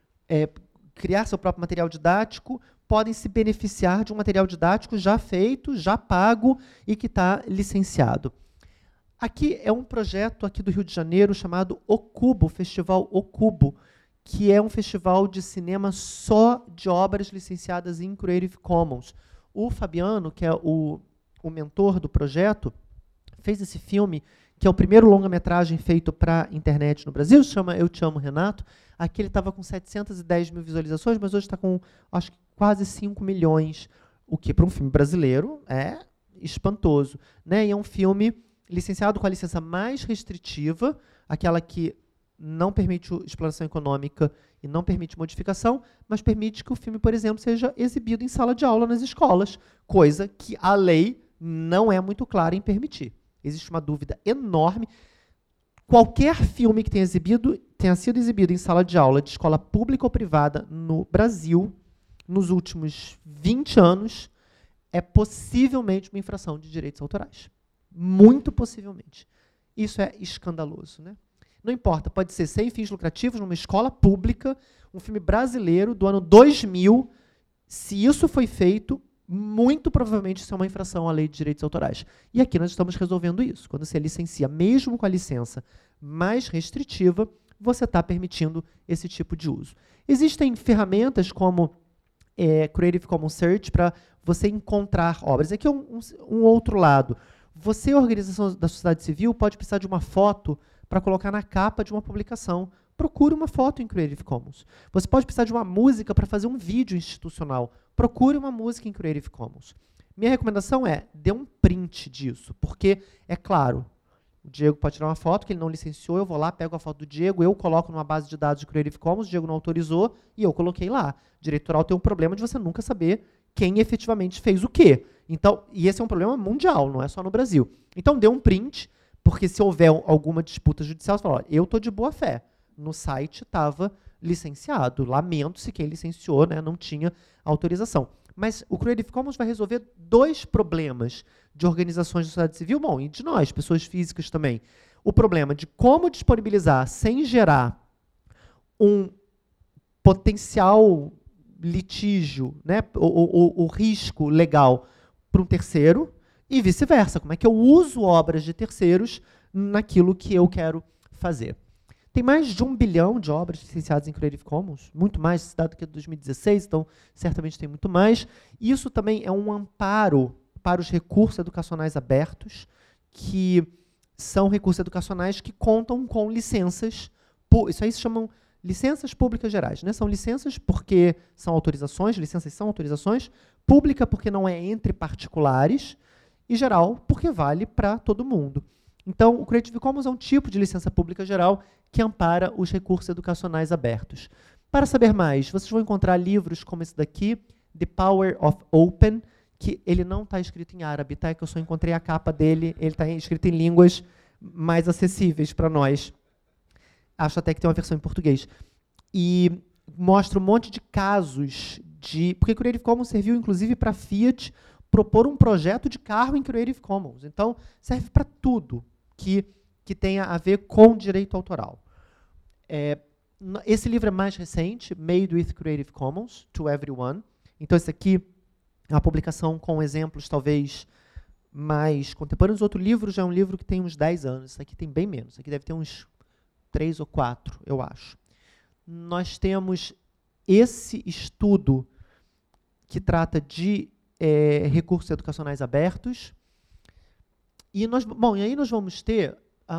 criar seu próprio material didático, podem se beneficiar de um material didático já feito, já pago e que está licenciado. Aqui é um projeto aqui do Rio de Janeiro chamado O Cubo, o Festival O Cubo, que é um festival de cinema só de obras licenciadas em Creative Commons. O Fabiano, que é o mentor do projeto, fez esse filme, que é o primeiro longa-metragem feito para a internet no Brasil, se chama Eu Te Amo, Renato. Aqui ele estava com 710 mil visualizações, mas hoje está com, acho que, quase 5 milhões, o que para um filme brasileiro é espantoso. Né? E é um filme licenciado com a licença mais restritiva, aquela que não permite exploração econômica e não permite modificação, mas permite que o filme, por exemplo, seja exibido em sala de aula nas escolas, coisa que a lei não é muito clara em permitir. Existe uma dúvida enorme. Qualquer filme que tenha sido exibido em sala de aula de escola pública ou privada no Brasil, nos últimos 20 anos, é possivelmente uma infração de direitos autorais. Muito possivelmente. Isso é escandaloso, né? Não importa, pode ser sem fins lucrativos, numa escola pública, um filme brasileiro do ano 2000. Se isso foi feito, muito provavelmente isso é uma infração à lei de direitos autorais. E aqui nós estamos resolvendo isso. Quando você licencia, mesmo com a licença mais restritiva, você está permitindo esse tipo de uso. Existem ferramentas como Creative Commons Search para você encontrar obras. Aqui é um outro lado. Você, organização da sociedade civil, pode precisar de uma foto para colocar na capa de uma publicação. Procure uma foto em Creative Commons. Você pode precisar de uma música para fazer um vídeo institucional. Procure uma música em Creative Commons. Minha recomendação é, dê um print disso, porque, é claro, o Diego pode tirar uma foto que ele não licenciou, eu vou lá, pego a foto do Diego, eu coloco numa base de dados de Creative Commons, o Diego não autorizou e eu coloquei lá. Direito autoral tem um problema de você nunca saber quem efetivamente fez o quê. Então, e esse é um problema mundial, não é só no Brasil. Então, dê um print, porque se houver alguma disputa judicial, você fala, olha, eu estou de boa fé. No site estava licenciado. Lamento se quem licenciou, né, não tinha autorização. Mas o Creative Commons vai resolver 2 problemas de organizações da sociedade civil, bom, e de nós, pessoas físicas também. O problema de como disponibilizar sem gerar um potencial litígio, né, o risco legal para um terceiro, e vice-versa. Como é que eu uso obras de terceiros naquilo que eu quero fazer? Tem mais de 1 bilhão de obras licenciadas em Creative Commons, muito mais, esse dado aqui é de 2016, então certamente tem muito mais. Isso também é um amparo para os recursos educacionais abertos, que são recursos educacionais que contam com licenças, isso aí se chamam licenças públicas gerais, né? São licenças porque são autorizações, licenças são autorizações, pública porque não é entre particulares, e geral porque vale para todo mundo. Então, o Creative Commons é um tipo de licença pública geral que ampara os recursos educacionais abertos. Para saber mais, vocês vão encontrar livros como esse daqui, The Power of Open, que ele não está escrito em árabe, tá? É que eu só encontrei a capa dele, ele está escrito em línguas mais acessíveis para nós. Acho até que tem uma versão em português. E mostra um monte de casos de... Porque Creative Commons serviu, inclusive, para a Fiat propor um projeto de carro em Creative Commons. Então, serve para tudo que tenha a ver com direito autoral. Esse livro é mais recente, Made with Creative Commons, to Everyone. Então, esse aqui é uma publicação com exemplos, talvez, mais contemporâneos. Outro livro já é um livro que tem uns 10 anos. Esse aqui tem bem menos. Esse aqui deve ter uns 3 ou 4, eu acho. Nós temos esse estudo que trata de recursos educacionais abertos. E aí nós vamos ter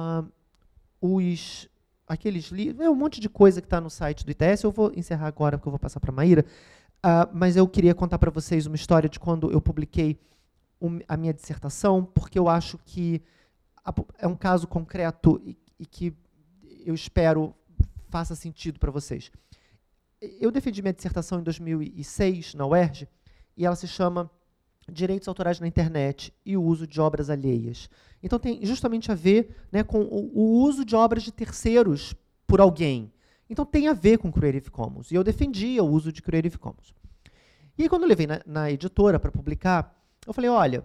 aqueles livros, um monte de coisa que está no site do ITS. Eu vou encerrar agora, porque eu vou passar para a Maíra. Mas eu queria contar para vocês uma história de quando eu publiquei a minha dissertação, porque eu acho que é um caso concreto e que eu espero faça sentido para vocês. Eu defendi minha dissertação em 2006, na UERJ, e ela se chama Direitos Autorais na Internet e o Uso de Obras Alheias. Então tem justamente a ver, né, com o uso de obras de terceiros por alguém. Então tem a ver com Creative Commons. E eu defendia o uso de Creative Commons. E aí, quando eu levei na editora para publicar, eu falei, olha,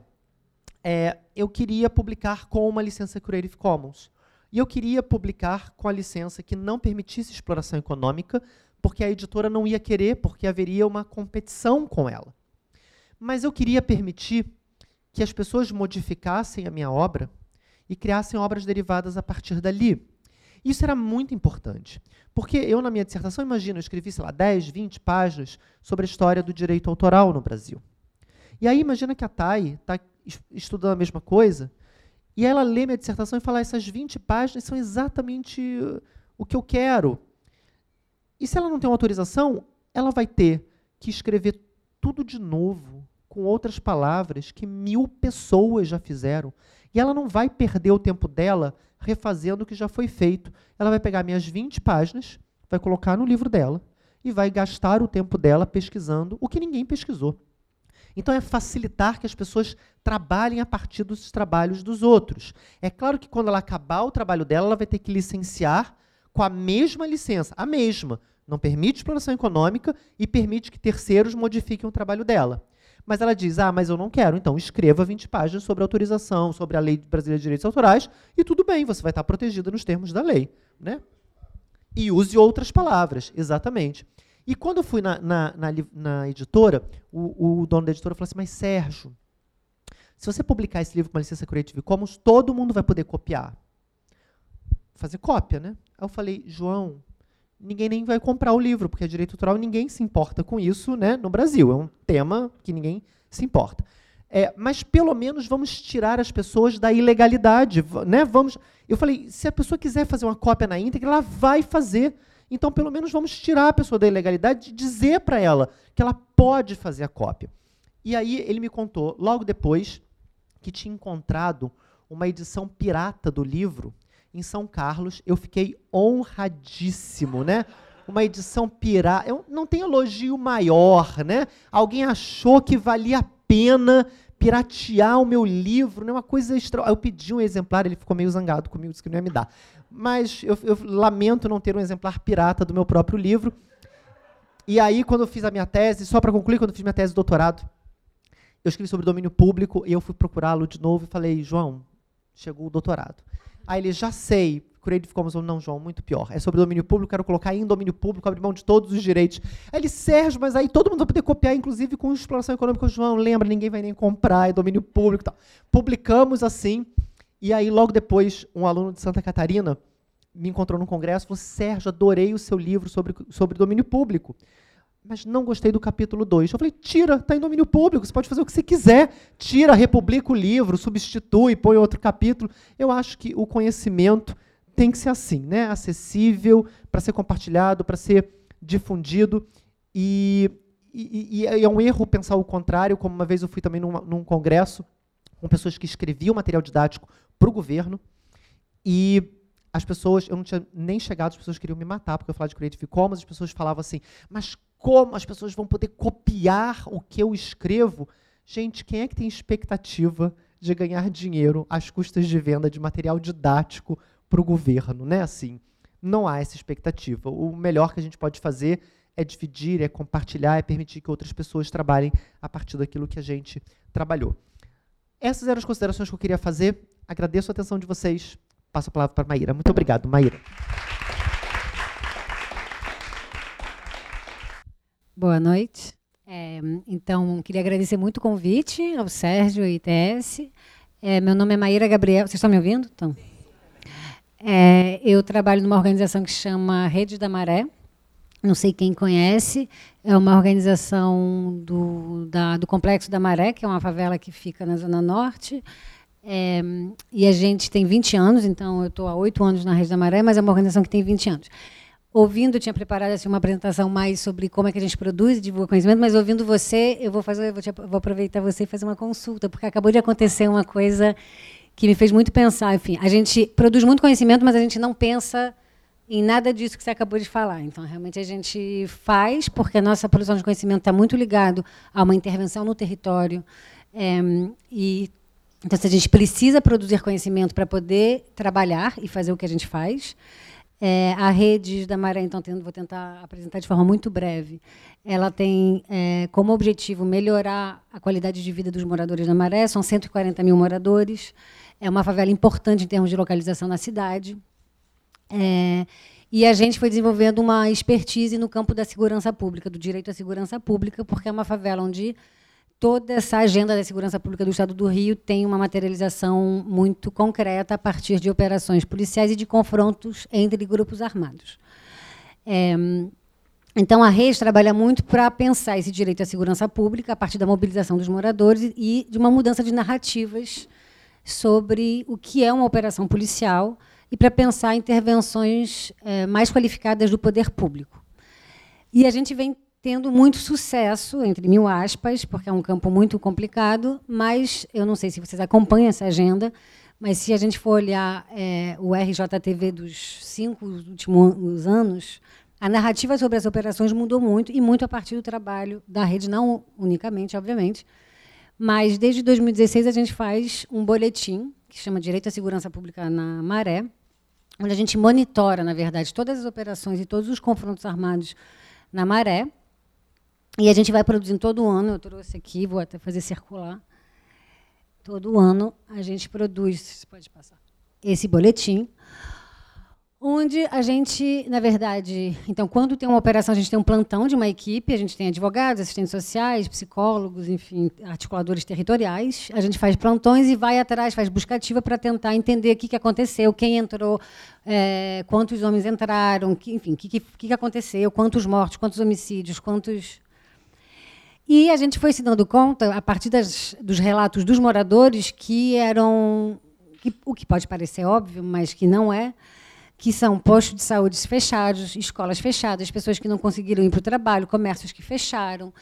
eu queria publicar com uma licença Creative Commons. E eu queria publicar com a licença que não permitisse exploração econômica, porque a editora não ia querer, porque haveria uma competição com ela. Mas eu queria permitir que as pessoas modificassem a minha obra e criassem obras derivadas a partir dali. Isso era muito importante, porque eu, na minha dissertação, imagina, eu escrevi, sei lá, 10, 20 páginas sobre a história do direito autoral no Brasil. E aí, imagina que a Thay está estudando a mesma coisa, e ela lê minha dissertação e fala, essas 20 páginas são exatamente o que eu quero. E se ela não tem uma autorização, ela vai ter que escrever tudo de novo, com outras palavras que 1000 pessoas já fizeram. E ela não vai perder o tempo dela refazendo o que já foi feito. Ela vai pegar minhas 20 páginas, vai colocar no livro dela e vai gastar o tempo dela pesquisando o que ninguém pesquisou. Então, é facilitar que as pessoas trabalhem a partir dos trabalhos dos outros. É claro que, quando ela acabar o trabalho dela, ela vai ter que licenciar com a mesma licença, a mesma. Não permite exploração econômica e permite que terceiros modifiquem o trabalho dela. Mas ela diz, mas eu não quero, então escreva 20 páginas sobre autorização, sobre a Lei Brasileira de Direitos Autorais, e tudo bem, você vai estar protegida nos termos da lei, né? E use outras palavras, exatamente. E quando eu fui na editora, o dono da editora falou assim, mas Sérgio, se você publicar esse livro com uma licença Creative Commons, todo mundo vai poder copiar. Fazer cópia, né? Aí eu falei, João, ninguém nem vai comprar o livro, porque é direito autoral, ninguém se importa com isso, né, no Brasil. É um tema que ninguém se importa. Mas, pelo menos, vamos tirar as pessoas da ilegalidade. Né? Eu falei, se a pessoa quiser fazer uma cópia na íntegra, ela vai fazer. Então, pelo menos, vamos tirar a pessoa da ilegalidade e dizer para ela que ela pode fazer a cópia. E aí ele me contou, logo depois, que tinha encontrado uma edição pirata do livro em São Carlos. Eu fiquei honradíssimo, né? Uma edição pirata. Não tem elogio maior, né? Alguém achou que valia a pena piratear o meu livro, né? Uma coisa extra. Eu pedi um exemplar, ele ficou meio zangado comigo, disse que não ia me dar. Mas eu lamento não ter um exemplar pirata do meu próprio livro. E aí, quando eu fiz a minha tese, só para concluir, quando eu fiz minha tese de doutorado, eu escrevi sobre domínio público e eu fui procurá-lo de novo e falei, João, chegou o doutorado. Aí ele, já sei, Creative Commons, não, João, muito pior. É sobre domínio público, quero colocar em domínio público, abrir mão de todos os direitos. Aí ele, Sérgio, mas aí todo mundo vai poder copiar, inclusive com exploração econômica. João, lembra, ninguém vai nem comprar, é domínio público e tal. Publicamos assim, e aí logo depois, um aluno de Santa Catarina me encontrou num congresso e falou, Sérgio, adorei o seu livro sobre domínio público, mas não gostei do capítulo 2. Eu falei, tira, está em domínio público, você pode fazer o que você quiser, tira, republica o livro, substitui, põe outro capítulo. Eu acho que o conhecimento tem que ser assim, né? Acessível, para ser compartilhado, para ser difundido, e é um erro pensar o contrário, como uma vez eu fui também num congresso com pessoas que escreviam material didático para o governo, e as pessoas, eu não tinha nem chegado, as pessoas queriam me matar, porque eu falava de Creative Commons, as pessoas falavam assim, mas como as pessoas vão poder copiar o que eu escrevo? Gente, quem é que tem expectativa de ganhar dinheiro às custas de venda de material didático para o governo, né? Assim, não há essa expectativa. O melhor que a gente pode fazer é dividir, é compartilhar, é permitir que outras pessoas trabalhem a partir daquilo que a gente trabalhou. Essas eram as considerações que eu queria fazer. Agradeço a atenção de vocês. Passo a palavra para a Maíra. Muito obrigado, Maíra. Boa noite. Então, queria agradecer muito o convite ao Sérgio e ITS. Meu nome é Maíra Gabriel. Vocês estão me ouvindo? Então. Eu trabalho numa organização que se chama Rede da Maré. Não sei quem conhece. É uma organização do Complexo da Maré, que é uma favela que fica na Zona Norte. E a gente tem 20 anos, então eu estou há 8 anos na Rede da Maré, mas é uma organização que tem 20 anos. Ouvindo, eu tinha preparado assim, uma apresentação mais sobre como é que a gente produz e divulga conhecimento, mas ouvindo você, eu vou aproveitar você e fazer uma consulta, porque acabou de acontecer uma coisa que me fez muito pensar. Enfim, a gente produz muito conhecimento, mas a gente não pensa em nada disso que você acabou de falar. Então, realmente, a gente faz, porque a nossa produção de conhecimento está muito ligado a uma intervenção no território. Então, a gente precisa produzir conhecimento para poder trabalhar e fazer o que a gente faz. A Rede da Maré, então, vou tentar apresentar de forma muito breve. Ela tem como objetivo melhorar a qualidade de vida dos moradores da Maré. São 140 mil moradores. É uma favela importante em termos de localização na cidade. E a gente foi desenvolvendo uma expertise no campo da segurança pública, do direito à segurança pública, porque é uma favela onde toda essa agenda da segurança pública do Estado do Rio tem uma materialização muito concreta a partir de operações policiais e de confrontos entre grupos armados. Então, a Rede trabalha muito para pensar esse direito à segurança pública a partir da mobilização dos moradores e de uma mudança de narrativas sobre o que é uma operação policial e para pensar intervenções mais qualificadas do poder público. E a gente vem tendo muito sucesso, entre mil aspas, porque é um campo muito complicado, mas eu não sei se vocês acompanham essa agenda, mas se a gente for olhar o RJTV dos 5 últimos anos, a narrativa sobre as operações mudou muito, e muito a partir do trabalho da Rede, não unicamente, obviamente, mas desde 2016 a gente faz um boletim, que chama Direito à Segurança Pública na Maré, onde a gente monitora, na verdade, todas as operações e todos os confrontos armados na Maré. E a gente vai produzindo todo ano, eu trouxe aqui, vou até fazer circular. Todo ano a gente produz, você pode passar, esse boletim, onde a gente, na verdade, então, quando tem uma operação, a gente tem um plantão de uma equipe, a gente tem advogados, assistentes sociais, psicólogos, enfim, articuladores territoriais, a gente faz plantões e vai atrás, faz busca ativa para tentar entender o que aconteceu, quem entrou, quantos homens entraram, enfim, o que aconteceu, quantos mortos, quantos homicídios, quantos... E a gente foi se dando conta, a partir dos relatos dos moradores, o que pode parecer óbvio, mas que não é, que são postos de saúde fechados, escolas fechadas, pessoas que não conseguiram ir para o trabalho, comércios que fecharam.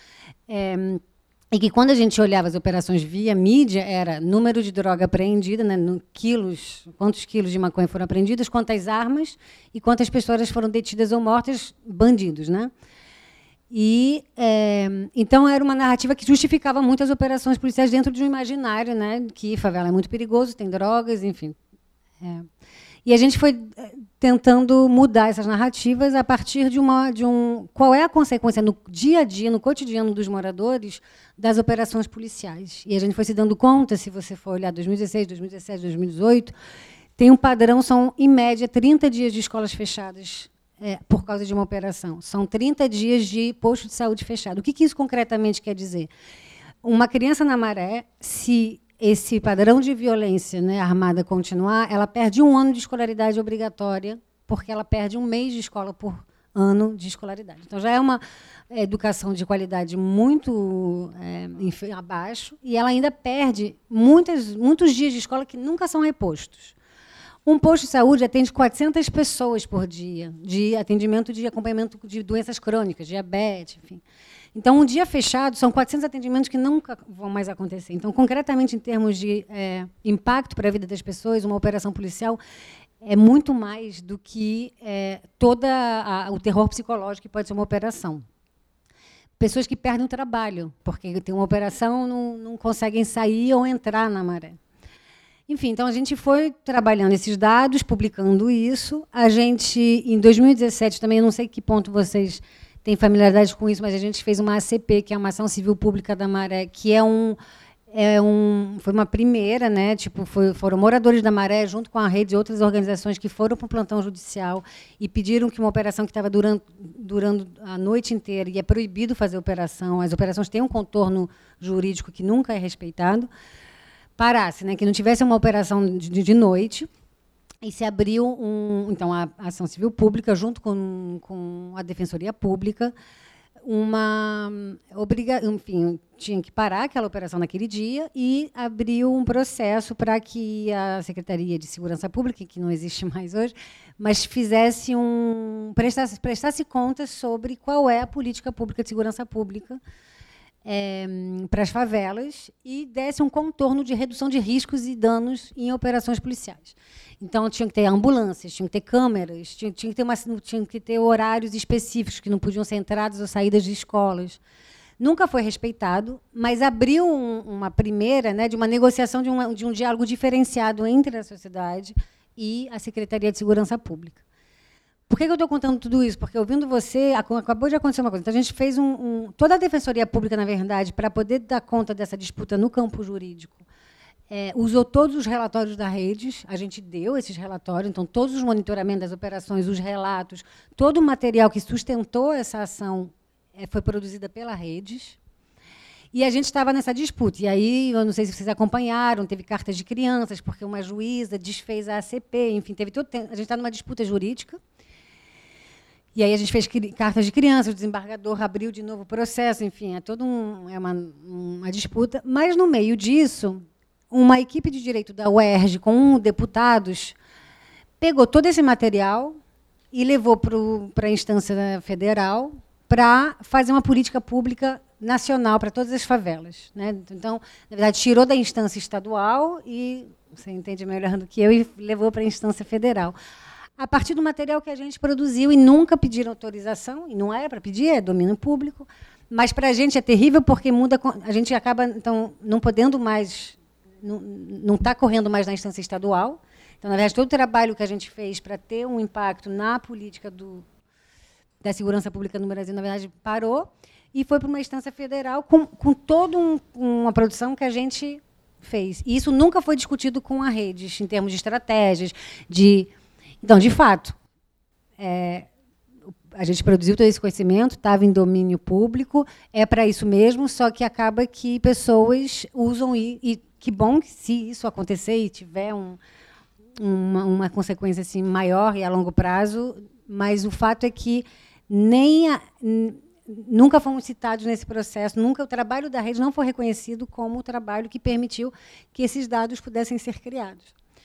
E que, quando a gente olhava as operações via mídia, era número de droga apreendida, né, quantos quilos de maconha foram apreendidos, quantas armas e quantas pessoas foram detidas ou mortas, bandidos. Né? E, então, era uma narrativa que justificava muito as operações policiais dentro de um imaginário, né, que favela é muito perigoso, tem drogas, enfim. E a gente foi tentando mudar essas narrativas a partir qual é a consequência no dia a dia, no cotidiano dos moradores, das operações policiais. E a gente foi se dando conta, se você for olhar 2016, 2017, 2018, tem um padrão, são, em média, 30 dias de escolas fechadas por causa de uma operação. São 30 dias de posto de saúde fechado. O que isso concretamente quer dizer? Uma criança na Maré, se esse padrão de violência, né, armada continuar, ela perde 1 ano de escolaridade obrigatória, porque ela perde 1 mês de escola por ano de escolaridade. Então, já é uma educação de qualidade muito abaixo, e ela ainda perde muitos dias de escola que nunca são repostos. Um posto de saúde atende 400 pessoas por dia, de atendimento de acompanhamento de doenças crônicas, diabetes, enfim. Então, um dia fechado, são 400 atendimentos que nunca vão mais acontecer. Então, concretamente, em termos de impacto para a vida das pessoas, uma operação policial é muito mais do que todo o terror psicológico que pode ser uma operação. Pessoas que perdem o trabalho, porque tem uma operação, não conseguem sair ou entrar na Maré. Enfim, então a gente foi trabalhando esses dados, publicando isso. A gente, em 2017, também, eu não sei que ponto vocês têm familiaridade com isso, mas a gente fez uma ACP, que é uma ação civil pública da Maré, que foi uma primeira, né? Tipo, foram moradores da Maré, junto com a rede e outras organizações que foram para o plantão judicial e pediram que uma operação que estava durando a noite inteira, e é proibido fazer operação, as operações têm um contorno jurídico que nunca é respeitado, parasse, né? Que não tivesse uma operação de noite. E se abriu então, a ação civil pública, junto com a Defensoria Pública, enfim, tinha que parar aquela operação naquele dia e abriu um processo para que a Secretaria de Segurança Pública, que não existe mais hoje, mas prestasse contas sobre qual é a política pública de segurança pública para as favelas e desse um contorno de redução de riscos e danos em operações policiais. Então, tinha que ter ambulâncias, tinha que ter câmeras, tinha que ter horários específicos que não podiam ser entradas ou saídas de escolas. Nunca foi respeitado, mas abriu uma primeira, né, de uma negociação de um diálogo diferenciado entre a sociedade e a Secretaria de Segurança Pública. Por que eu estou contando tudo isso? Porque, ouvindo você, acabou de acontecer uma coisa. Então, a gente fez toda a Defensoria Pública, na verdade, para poder dar conta dessa disputa no campo jurídico, usou todos os relatórios da Redes, a gente deu esses relatórios, então, todos os monitoramentos das operações, os relatos, todo o material que sustentou essa ação foi produzida pela Redes. E a gente estava nessa disputa. E aí, eu não sei se vocês acompanharam, teve cartas de crianças, porque uma juíza desfez a ACP, enfim, a gente está numa disputa jurídica. E aí a gente fez cartas de crianças, o desembargador abriu de novo o processo, enfim, é toda uma disputa. Mas, no meio disso, uma equipe de direito da UERJ, com deputados, pegou todo esse material e levou para a instância federal para fazer uma política pública nacional para todas as favelas. Né? Então, na verdade, tirou da instância estadual e, você entende melhor do que eu, e levou para a instância federal. A partir do material que a gente produziu, e nunca pediram autorização, e não era para pedir, é domínio público, mas para a gente é terrível porque a gente acaba então, não podendo mais, não está correndo mais na instância estadual. Então, na verdade, todo o trabalho que a gente fez para ter um impacto na política da segurança pública no Brasil, na verdade, parou e foi para uma instância federal com toda uma produção que a gente fez. E isso nunca foi discutido com a Redes, em termos de estratégias, Então, de fato, a gente produziu todo esse conhecimento, estava em domínio público, é para isso mesmo, só que acaba que pessoas usam, e que bom que se isso acontecer e tiver uma consequência assim, maior e a longo prazo, mas o fato é que nunca fomos citados nesse processo, nunca o trabalho da rede não foi reconhecido como o trabalho que permitiu que esses dados pudessem ser criados.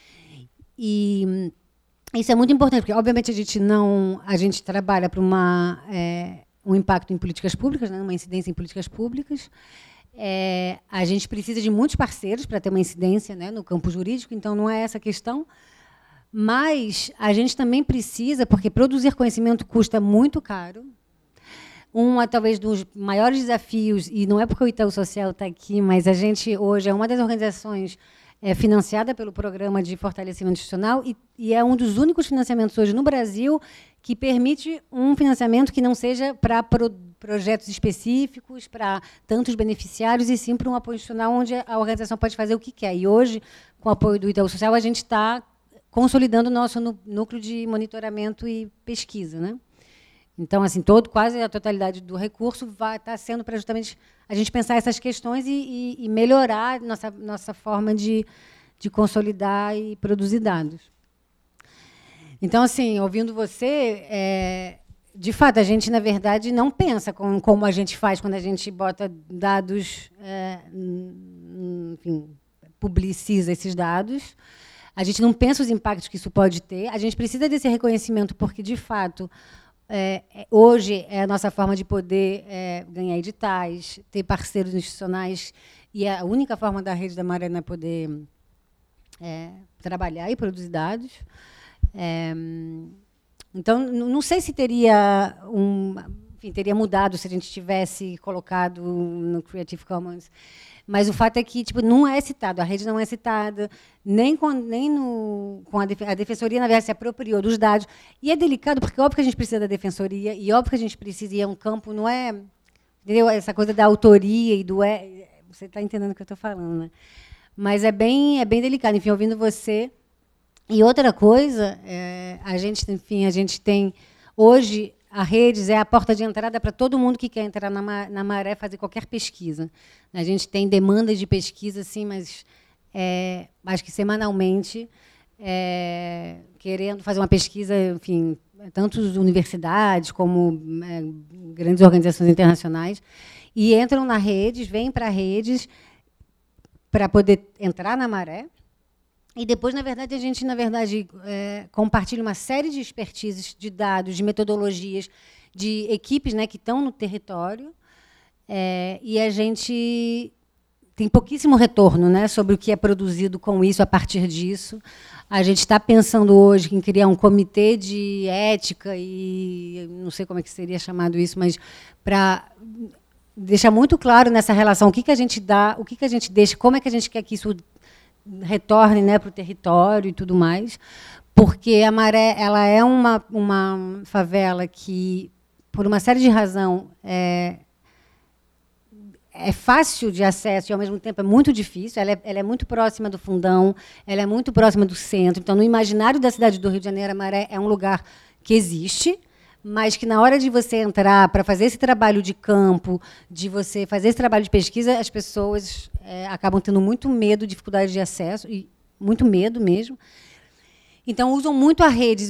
E isso é muito importante, porque, obviamente, a gente trabalha para um impacto em políticas públicas, né, uma incidência em políticas públicas. A gente precisa de muitos parceiros para ter uma incidência, né, no campo jurídico, então não é essa a questão. Mas a gente também precisa, porque produzir conhecimento custa muito caro. Talvez dos maiores desafios, e não é porque o Itaú Social está aqui, mas a gente hoje é uma das organizações financiada pelo Programa de Fortalecimento Institucional e é um dos únicos financiamentos hoje no Brasil que permite um financiamento que não seja para projetos específicos, para tantos beneficiários, e sim para um apoio institucional onde a organização pode fazer o que quer. E hoje, com o apoio do Itaú Social, a gente está consolidando o nosso núcleo de monitoramento e pesquisa, né? Então, assim, quase a totalidade do recurso vai estar sendo para justamente a gente pensar essas questões e melhorar nossa forma de consolidar e produzir dados. Então, assim, ouvindo você, de fato, a gente, na verdade, não pensa como a gente faz quando a gente bota dados, enfim, publiciza esses dados. A gente não pensa os impactos que isso pode ter. A gente precisa desse reconhecimento porque, de fato, hoje é a nossa forma de poder ganhar editais, ter parceiros institucionais, e a única forma da Rede da Maré é poder trabalhar e produzir dados. Então, não sei se teria teria mudado se a gente tivesse colocado no Creative Commons. Mas o fato é que não é citado, a rede não é citada, a defensoria, na verdade, se apropriou dos dados. E é delicado, porque óbvio que a gente precisa da defensoria, e óbvio que a gente precisa ir a um campo, não é... Entendeu? Essa coisa da autoria e do... você está entendendo o que eu estou falando, né? Mas é bem delicado. Enfim, ouvindo você... E outra coisa, a gente tem... Hoje, a Redes é a porta de entrada para todo mundo que quer entrar na Maré, fazer qualquer pesquisa. A gente tem demandas de pesquisa, assim, mas acho que semanalmente, querendo fazer uma pesquisa, enfim, tanto universidades como grandes organizações internacionais, e entram na Redes, vêm para a Redes para poder entrar na Maré. E depois, na verdade, a gente compartilha uma série de expertises, de dados, de metodologias, de equipes, né, que estão no território, e a gente tem pouquíssimo retorno, né, sobre o que é produzido com isso, a partir disso. A gente está pensando hoje em criar um comitê de ética, e não sei como é que seria chamado isso, mas para deixar muito claro nessa relação o que a gente dá, o que a gente deixa, como é que a gente quer que isso retorne, né, para o território e tudo mais, porque a Maré ela é uma favela que, por uma série de razões, é fácil de acesso e, ao mesmo tempo, é muito difícil. Ela é muito próxima do Fundão, ela é muito próxima do centro. Então, no imaginário da cidade do Rio de Janeiro, a Maré é um lugar que existe, mas que, na hora de você entrar para fazer esse trabalho de campo, de você fazer esse trabalho de pesquisa, as pessoas acabam tendo muito medo, dificuldade de acesso, e muito medo mesmo. Então, usam muito a rede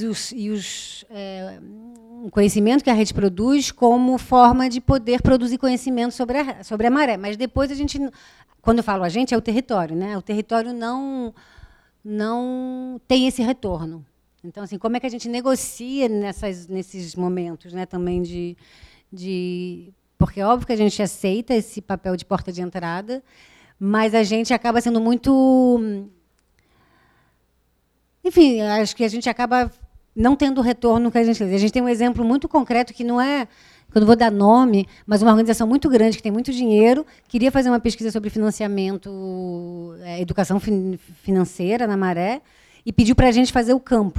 o conhecimento que a rede produz como forma de poder produzir conhecimento sobre a Maré. Mas depois a gente, quando eu falo a gente, é o território, né? O território não tem esse retorno. Então, assim, como é que a gente negocia nesses momentos, né, também porque é óbvio que a gente aceita esse papel de porta de entrada, mas a gente acaba sendo muito... Enfim, acho que a gente acaba não tendo o retorno que a gente... A gente tem um exemplo muito concreto que não é... Eu não vou dar nome, mas uma organização muito grande, que tem muito dinheiro, queria fazer uma pesquisa sobre financiamento, educação financeira na Maré, e pediu para a gente fazer o campo.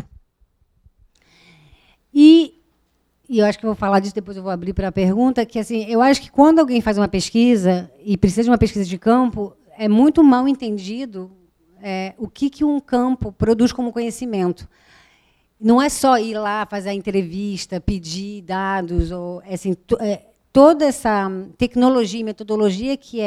E eu acho que eu vou falar disso, depois eu vou abrir para a pergunta, que assim, eu acho que quando alguém faz uma pesquisa, e precisa de uma pesquisa de campo, é muito mal entendido o que um campo produz como conhecimento. Não é só ir lá, fazer a entrevista, pedir dados, ou assim, toda essa tecnologia e metodologia que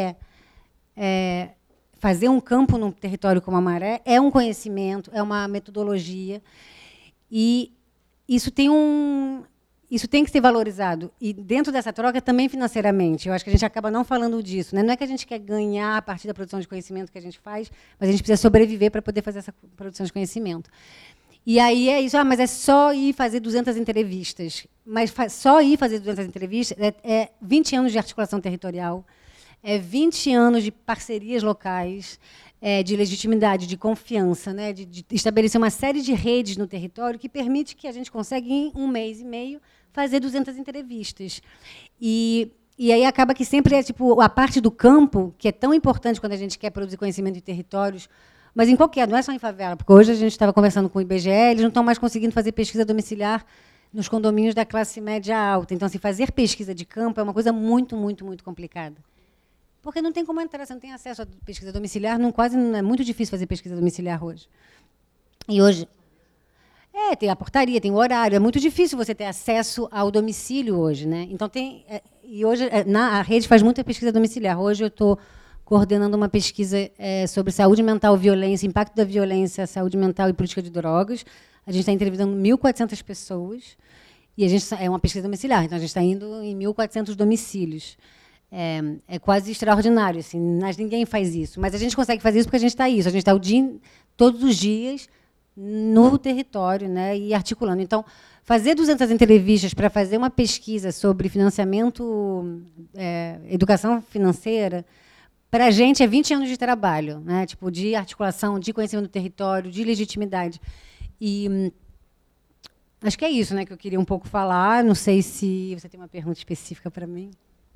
fazer um campo num território como a Maré é um conhecimento, é uma metodologia, e isso tem isso tem que ser valorizado. E dentro dessa troca, também financeiramente. Eu acho que a gente acaba não falando disso. Né? Não é que a gente quer ganhar a partir da produção de conhecimento que a gente faz, mas a gente precisa sobreviver para poder fazer essa produção de conhecimento. E aí é isso, mas é só ir fazer 200 entrevistas. Mas só ir fazer 200 entrevistas é 20 anos de articulação territorial, é 20 anos de parcerias locais, de legitimidade, de confiança, né, de estabelecer uma série de redes no território que permite que a gente consiga, em 1 mês e meio, fazer 200 entrevistas. E aí acaba que sempre é tipo a parte do campo, que é tão importante quando a gente quer produzir conhecimento em territórios, mas em qualquer, não é só em favela, porque hoje a gente estava conversando com o IBGE, eles não estão mais conseguindo fazer pesquisa domiciliar nos condomínios da classe média alta. Então, fazer pesquisa de campo é uma coisa muito, muito, muito complicada. Porque não tem como entrar, você não tem acesso à pesquisa domiciliar, é muito difícil fazer pesquisa domiciliar hoje. E hoje... tem a portaria, tem o horário, é muito difícil você ter acesso ao domicílio hoje. Né? Então, e hoje a rede faz muita pesquisa domiciliar. Hoje eu estou coordenando uma pesquisa sobre saúde mental, violência, impacto da violência, saúde mental e política de drogas. A gente está entrevistando 1.400 pessoas, e é uma pesquisa domiciliar, então a gente está indo em 1.400 domicílios. É quase extraordinário, assim, mas ninguém faz isso. Mas a gente consegue fazer isso porque a gente está isso. A gente está todos os dias no território, né, e articulando. Então, fazer 200 entrevistas para fazer uma pesquisa sobre financiamento, educação financeira, para a gente é 20 anos de trabalho, né, tipo, de articulação, de conhecimento do território, de legitimidade. E acho que é isso, né, que eu queria um pouco falar. Não sei se você tem uma pergunta específica para mim.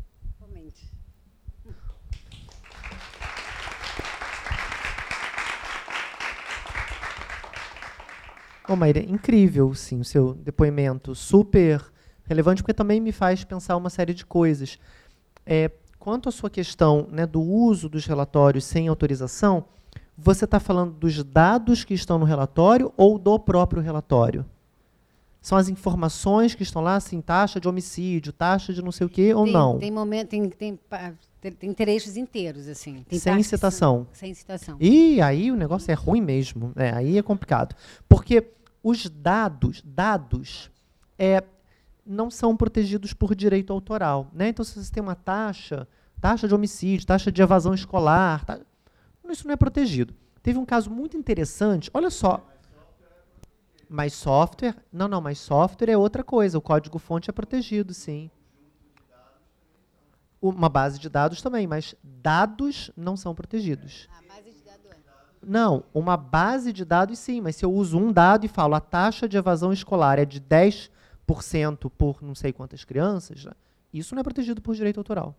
Bom, Maíra, incrível, sim, o seu depoimento, super relevante, porque também me faz pensar uma série de coisas. Quanto à sua questão, né, do uso dos relatórios sem autorização, você está falando dos dados que estão no relatório ou do próprio relatório? São as informações que estão lá, assim, taxa de homicídio, taxa de não sei o quê, ou não? Tem trechos inteiros, assim. Tem sem citação. Sem citação. E aí o negócio é ruim mesmo. Aí é complicado. Porque os dados não são protegidos por direito autoral. Né? Então, se você tem uma taxa de homicídio, taxa de evasão escolar, isso não é protegido. Teve um caso muito interessante, olha só. Mas software... Não, mas software é outra coisa. O código-fonte é protegido, sim. Uma base de dados também, mas dados não são protegidos. A base de dados Não, uma base de dados sim, mas se eu uso um dado e falo a taxa de evasão escolar é de 10% por não sei quantas crianças, isso não é protegido por direito autoral.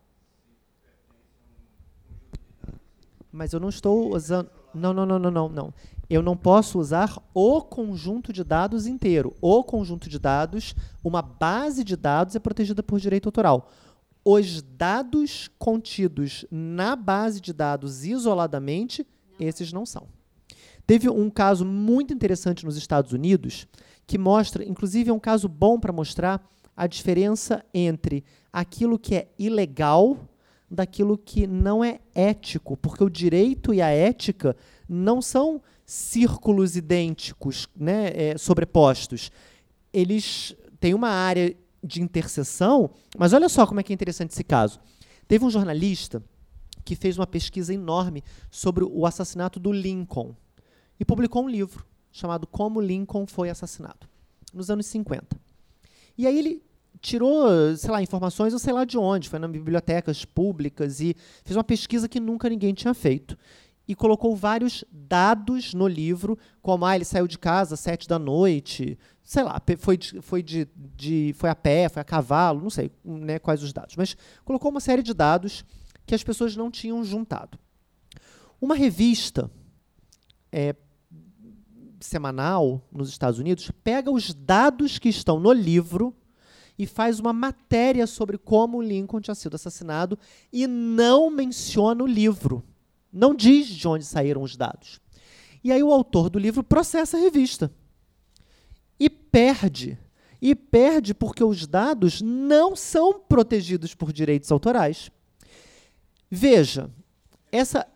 Mas eu não estou usando... Não. Eu não posso usar o conjunto de dados inteiro. O conjunto de dados, uma base de dados é protegida por direito autoral. Os dados contidos na base de dados isoladamente, esses não são. Teve um caso muito interessante nos Estados Unidos, que mostra, inclusive é um caso bom para mostrar a diferença entre aquilo que é ilegal daquilo que não é ético, porque o direito e a ética não são círculos idênticos, né, sobrepostos. Eles têm uma área de interseção, mas olha só como é que é interessante esse caso. Teve um jornalista que fez uma pesquisa enorme sobre o assassinato do Lincoln e publicou um livro chamado Como Lincoln Foi Assassinado, nos anos 50. E aí ele tirou, sei lá, informações, eu sei lá de onde, foi nas bibliotecas públicas e fez uma pesquisa que nunca ninguém tinha feito. E colocou vários dados no livro, como ele saiu de casa às 7 da noite, sei lá, foi a pé, foi a cavalo, não sei, né, quais os dados. Mas colocou uma série de dados que as pessoas não tinham juntado. Uma revista semanal nos Estados Unidos pega os dados que estão no livro e faz uma matéria sobre como Lincoln tinha sido assassinado e não menciona o livro. Não diz de onde saíram os dados. E aí o autor do livro processa a revista. E perde. E perde porque os dados não são protegidos por direitos autorais. Veja, essa...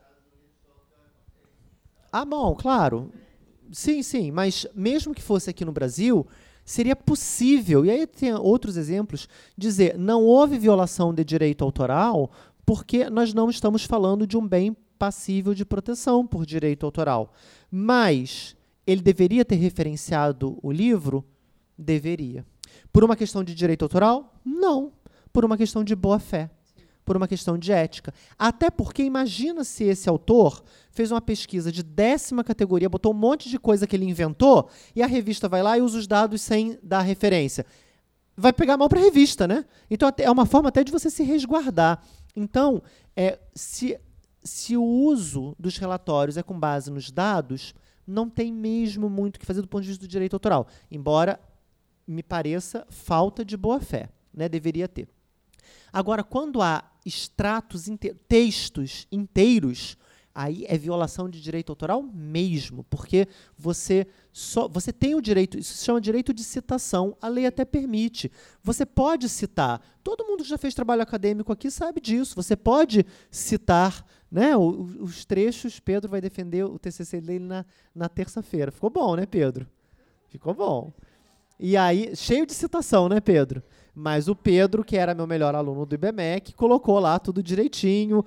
bom, claro. Sim, mas mesmo que fosse aqui no Brasil, seria possível, e aí tem outros exemplos, dizer não houve violação de direito autoral porque nós não estamos falando de um bem passível de proteção por direito autoral. Mas ele deveria ter referenciado o livro? Deveria. Por uma questão de direito autoral? Não. Por uma questão de boa-fé. Por uma questão de ética. Até porque, imagina se esse autor fez uma pesquisa de 10ª categoria, botou um monte de coisa que ele inventou, e a revista vai lá e usa os dados sem dar referência. Vai pegar mal para a revista, né? Então, é uma forma até de você se resguardar. Então, se o uso dos relatórios é com base nos dados, não tem mesmo muito o que fazer do ponto de vista do direito autoral. Embora me pareça falta de boa-fé, né? Deveria ter. Agora, quando há extratos, textos inteiros, aí é violação de direito autoral mesmo, porque você tem o direito, isso se chama direito de citação, a lei até permite. Você pode citar, todo mundo que já fez trabalho acadêmico aqui sabe disso, você pode citar, né, os trechos. Pedro vai defender o TCC dele na terça-feira. Ficou bom, né, Pedro? Ficou bom. E aí, cheio de citação, né, Pedro? Mas o Pedro, que era meu melhor aluno do IBMEC, colocou lá tudo direitinho,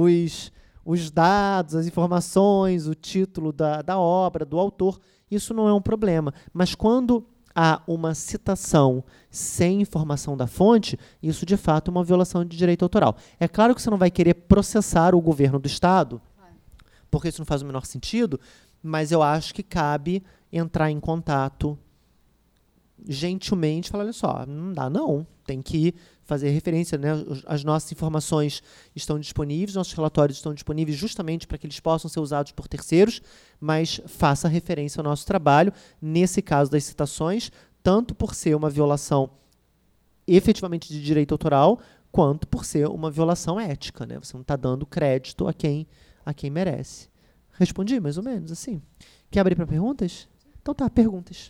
os dados, as informações, o título da obra, do autor. Isso não é um problema. Mas quando há uma citação sem informação da fonte, isso, de fato, é uma violação de direito autoral. É claro que você não vai querer processar o governo do Estado, porque isso não faz o menor sentido, mas eu acho que cabe entrar em contato gentilmente, falar, olha só, não dá não, tem que fazer referência, né? As nossas informações estão disponíveis, nossos relatórios estão disponíveis justamente para que eles possam ser usados por terceiros, mas faça referência ao nosso trabalho, nesse caso das citações, tanto por ser uma violação efetivamente de direito autoral, quanto por ser uma violação ética, né? Você não está dando crédito a quem merece. Respondi mais ou menos assim. Quer abrir para perguntas? Então tá, perguntas.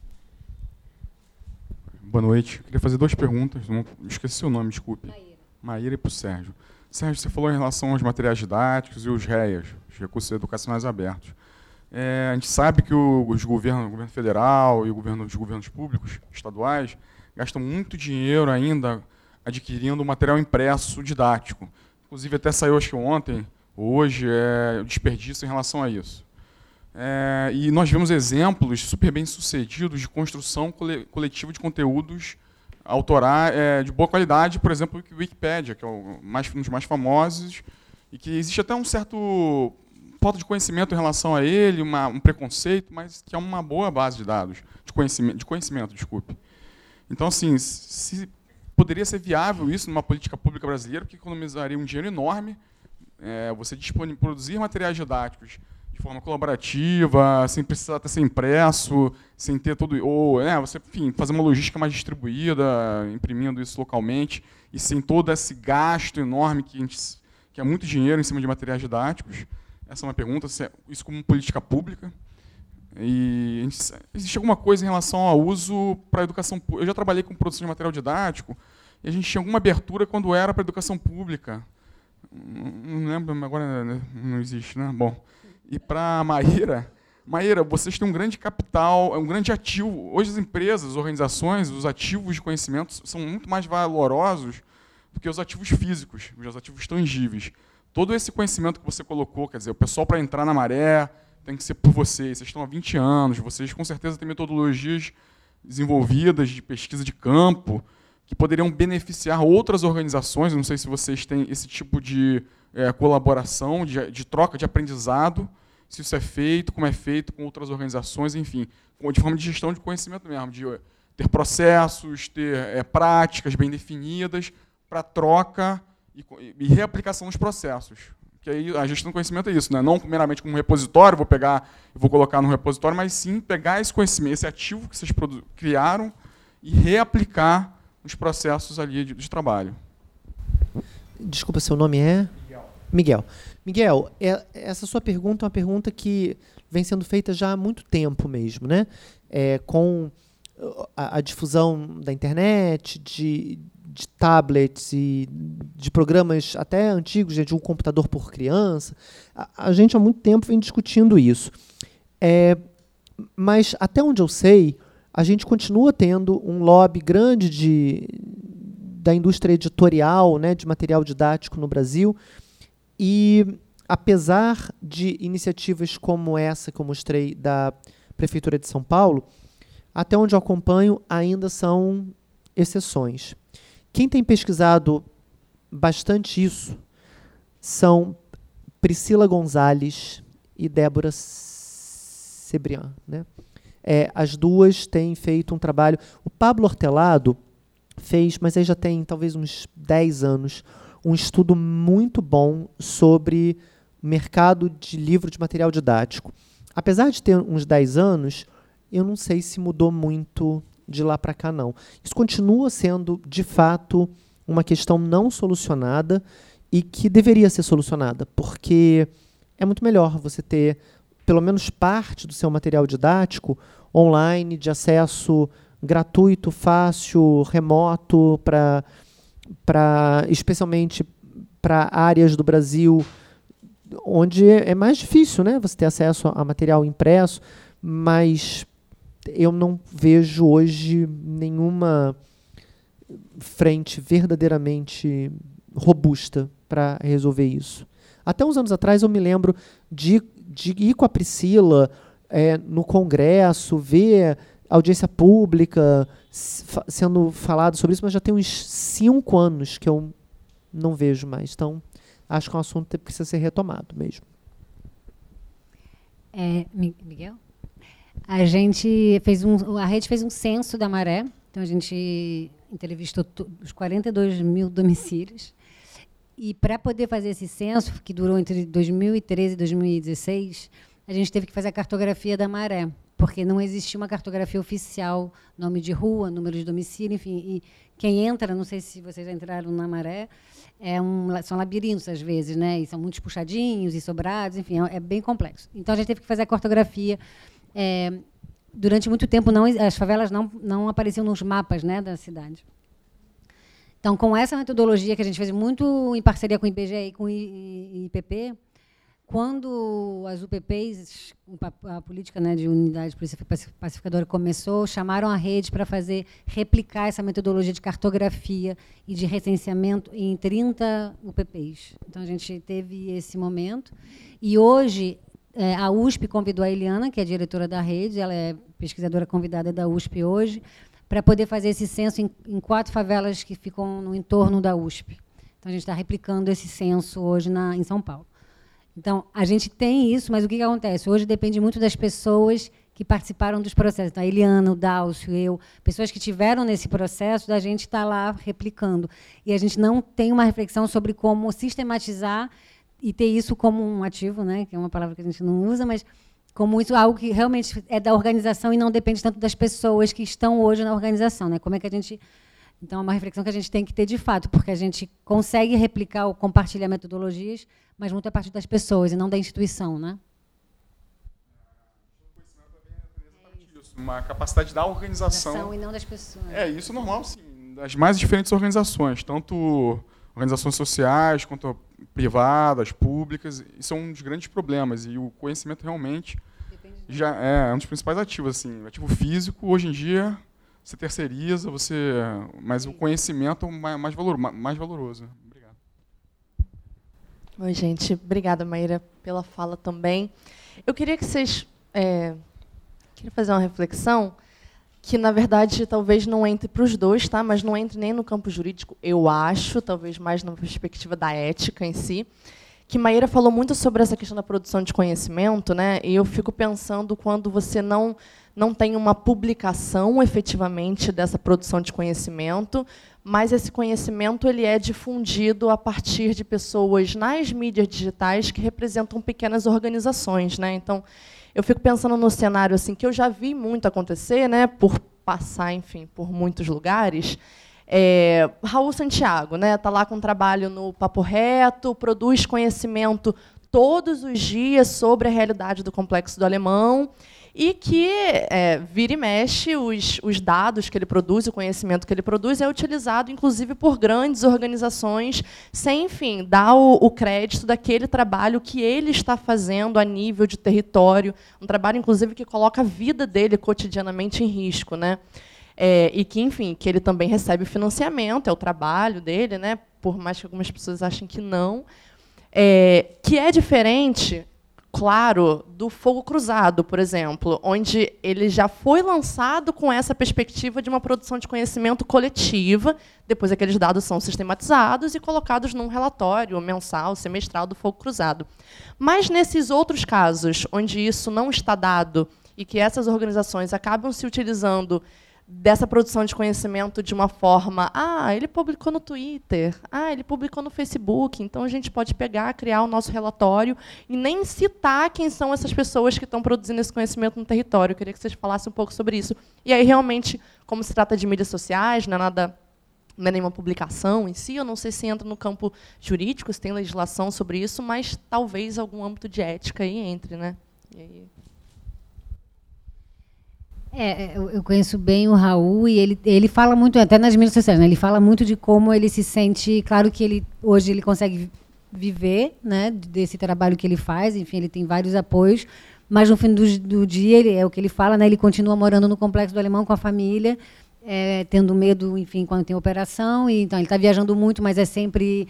Boa noite. Eu queria fazer 2 perguntas. Esqueci o nome, desculpe. Maíra e para o Sérgio. Sérgio, você falou em relação aos materiais didáticos e os REAs, os recursos educacionais abertos. A gente sabe que o governo federal e os governos públicos, estaduais, gastam muito dinheiro ainda adquirindo material impresso didático. Inclusive, até saiu, acho que ontem, hoje, desperdício em relação a isso. E nós vemos exemplos super bem-sucedidos de construção coletiva de conteúdos autorais de boa qualidade, por exemplo, o Wikipédia, que é um dos mais famosos, e que existe até um certo falta de conhecimento em relação a ele, um preconceito, mas que é uma boa base de dados, de conhecimento, desculpe. Então, assim, se poderia ser viável isso numa política pública brasileira, porque economizaria um dinheiro enorme, você produzir materiais didáticos de forma colaborativa, sem precisar ser impresso, sem ter todo... você, enfim, fazer uma logística mais distribuída, imprimindo isso localmente, e sem todo esse gasto enorme que é muito dinheiro em cima de materiais didáticos. Essa é uma pergunta, isso como política pública. E existe alguma coisa em relação ao uso para a educação pública? Eu já trabalhei com produção de material didático, e a gente tinha alguma abertura quando era para a educação pública. Não lembro, agora não existe, né? Bom... E para a Maíra, vocês têm um grande capital, um grande ativo. Hoje as empresas, as organizações, os ativos de conhecimento são muito mais valorosos do que os ativos físicos, os ativos tangíveis. Todo esse conhecimento que você colocou, quer dizer, o pessoal para entrar na maré tem que ser por vocês estão há 20 anos, vocês com certeza têm metodologias desenvolvidas de pesquisa de campo que poderiam beneficiar outras organizações. Não sei se vocês têm esse tipo de colaboração, de troca de aprendizado, se isso é feito, como é feito com outras organizações, enfim, de forma de gestão de conhecimento mesmo, de ter processos, ter práticas bem definidas para troca e reaplicação dos processos. Que aí a gestão do conhecimento é isso, né? Não meramente como um repositório, vou colocar no repositório, mas sim pegar esse conhecimento, esse ativo que vocês criaram e reaplicar nos processos ali de trabalho. Desculpa, seu nome é? Miguel. Miguel, essa sua pergunta é uma pergunta que vem sendo feita já há muito tempo mesmo, né? Com a difusão da internet, de tablets e de programas até antigos, de um computador por criança. A gente há muito tempo vem discutindo isso. Mas, até onde eu sei, a gente continua tendo um lobby grande da indústria editorial, né, de material didático no Brasil, e apesar de iniciativas como essa que eu mostrei da Prefeitura de São Paulo, até onde eu acompanho, ainda são exceções. Quem tem pesquisado bastante isso são Priscila Gonzalez e Débora Cebrián, né? As duas têm feito um trabalho. O Pablo Hortelado fez, mas aí já tem talvez uns 10 anos, um estudo muito bom sobre mercado de livro de material didático. Apesar de ter uns 10 anos, eu não sei se mudou muito de lá para cá, não. Isso continua sendo, de fato, uma questão não solucionada e que deveria ser solucionada, porque é muito melhor você ter pelo menos parte do seu material didático online, de acesso gratuito, fácil, remoto, especialmente para áreas do Brasil onde é mais difícil, né, você ter acesso a material impresso, mas eu não vejo hoje nenhuma frente verdadeiramente robusta para resolver isso. Até uns anos atrás eu me lembro de ir com a Priscila no Congresso, ver audiência pública sendo falado sobre isso, mas já tem uns 5 anos que eu não vejo mais. Então, acho que é um assunto que precisa ser retomado mesmo. Miguel? A rede fez um censo da Maré, então a gente entrevistou os 42 mil domicílios, e para poder fazer esse censo, que durou entre 2013 e 2016, a gente teve que fazer a cartografia da Maré, porque não existia uma cartografia oficial, nome de rua, número de domicílio, enfim. E quem entra, não sei se vocês já entraram na Maré, são labirintos às vezes, né? E são muitos puxadinhos e sobrados, enfim, é bem complexo. Então a gente teve que fazer a cartografia. Durante muito tempo, as favelas não apareciam nos mapas, né, da cidade. Então, com essa metodologia que a gente fez muito em parceria com o IBGE e com o IPP, quando as UPPs, a política, né, de unidade de polícia pacificadora começou, chamaram a rede para replicar essa metodologia de cartografia e de recenseamento em 30 UPPs. Então, a gente teve esse momento. E hoje, a USP convidou a Eliana, que é a diretora da rede, ela é pesquisadora convidada da USP hoje, para poder fazer esse censo em 4 favelas que ficam no entorno da USP. Então, a gente está replicando esse censo hoje em São Paulo. Então, a gente tem isso, mas o que acontece? Hoje depende muito das pessoas que participaram dos processos. Então, a Eliana, o Dálcio, eu, pessoas que tiveram nesse processo, da gente estar lá replicando. E a gente não tem uma reflexão sobre como sistematizar e ter isso como um ativo, né, que é uma palavra que a gente não usa, mas como isso algo que realmente é da organização e não depende tanto das pessoas que estão hoje na organização, né? Como é que a gente... Então, é uma reflexão que a gente tem que ter de fato, porque a gente consegue replicar ou compartilhar metodologias, mas muito a partir das pessoas e não da instituição, né? O conhecimento também é exatamente isso, uma capacidade da organização. E não das pessoas. Isso é normal, sim, das mais diferentes organizações, tanto organizações sociais quanto privadas, públicas, isso é um dos grandes problemas, e o conhecimento realmente já é um dos principais ativos. Assim, o ativo físico, hoje em dia, você terceiriza, mas o conhecimento é mais valoroso. Obrigado. Oi, gente. Obrigada, Maíra, pela fala também. Eu queria que vocês... queria fazer uma reflexão que, na verdade, talvez não entre para os dois, tá? Mas não entre nem no campo jurídico, eu acho, talvez mais na perspectiva da ética em si, que Maíra falou muito sobre essa questão da produção de conhecimento, né? E eu fico pensando quando você não tem uma publicação, efetivamente, dessa produção de conhecimento, mas esse conhecimento ele é difundido a partir de pessoas nas mídias digitais que representam pequenas organizações, né? Então, eu fico pensando no cenário assim que eu já vi muito acontecer, né, por passar, enfim, por muitos lugares. Raul Santiago, né, está lá com trabalho no Papo Reto, produz conhecimento todos os dias sobre a realidade do Complexo do Alemão, e que, vira e mexe, os dados que ele produz, o conhecimento que ele produz, é utilizado, inclusive, por grandes organizações, sem, enfim, dar o crédito daquele trabalho que ele está fazendo a nível de território, um trabalho, inclusive, que coloca a vida dele cotidianamente em risco, né? E que, enfim, que ele também recebe financiamento, é o trabalho dele, né? Por mais que algumas pessoas achem que não, que é diferente, claro, do Fogo Cruzado, por exemplo, onde ele já foi lançado com essa perspectiva de uma produção de conhecimento coletiva, depois aqueles dados são sistematizados e colocados num relatório mensal, semestral do Fogo Cruzado. Mas, nesses outros casos, onde isso não está dado e que essas organizações acabam se utilizando dessa produção de conhecimento de uma forma, ele publicou no Twitter, ele publicou no Facebook, então a gente pode pegar, criar o nosso relatório e nem citar quem são essas pessoas que estão produzindo esse conhecimento no território. Eu queria que vocês falassem um pouco sobre isso. E aí, realmente, como se trata de mídias sociais, não é nenhuma publicação em si, eu não sei se entra no campo jurídico, se tem legislação sobre isso, mas talvez algum âmbito de ética aí entre, né? E aí... Eu conheço bem o Raul e ele fala muito, até nas mídias sociais, né? Ele fala muito de como ele se sente. Claro que hoje ele consegue viver, né, desse trabalho que ele faz, enfim, ele tem vários apoios, mas no fim do dia, é o que ele fala, né? Ele continua morando no Complexo do Alemão com a família, tendo medo, enfim, quando tem operação, e então ele está viajando muito, mas é sempre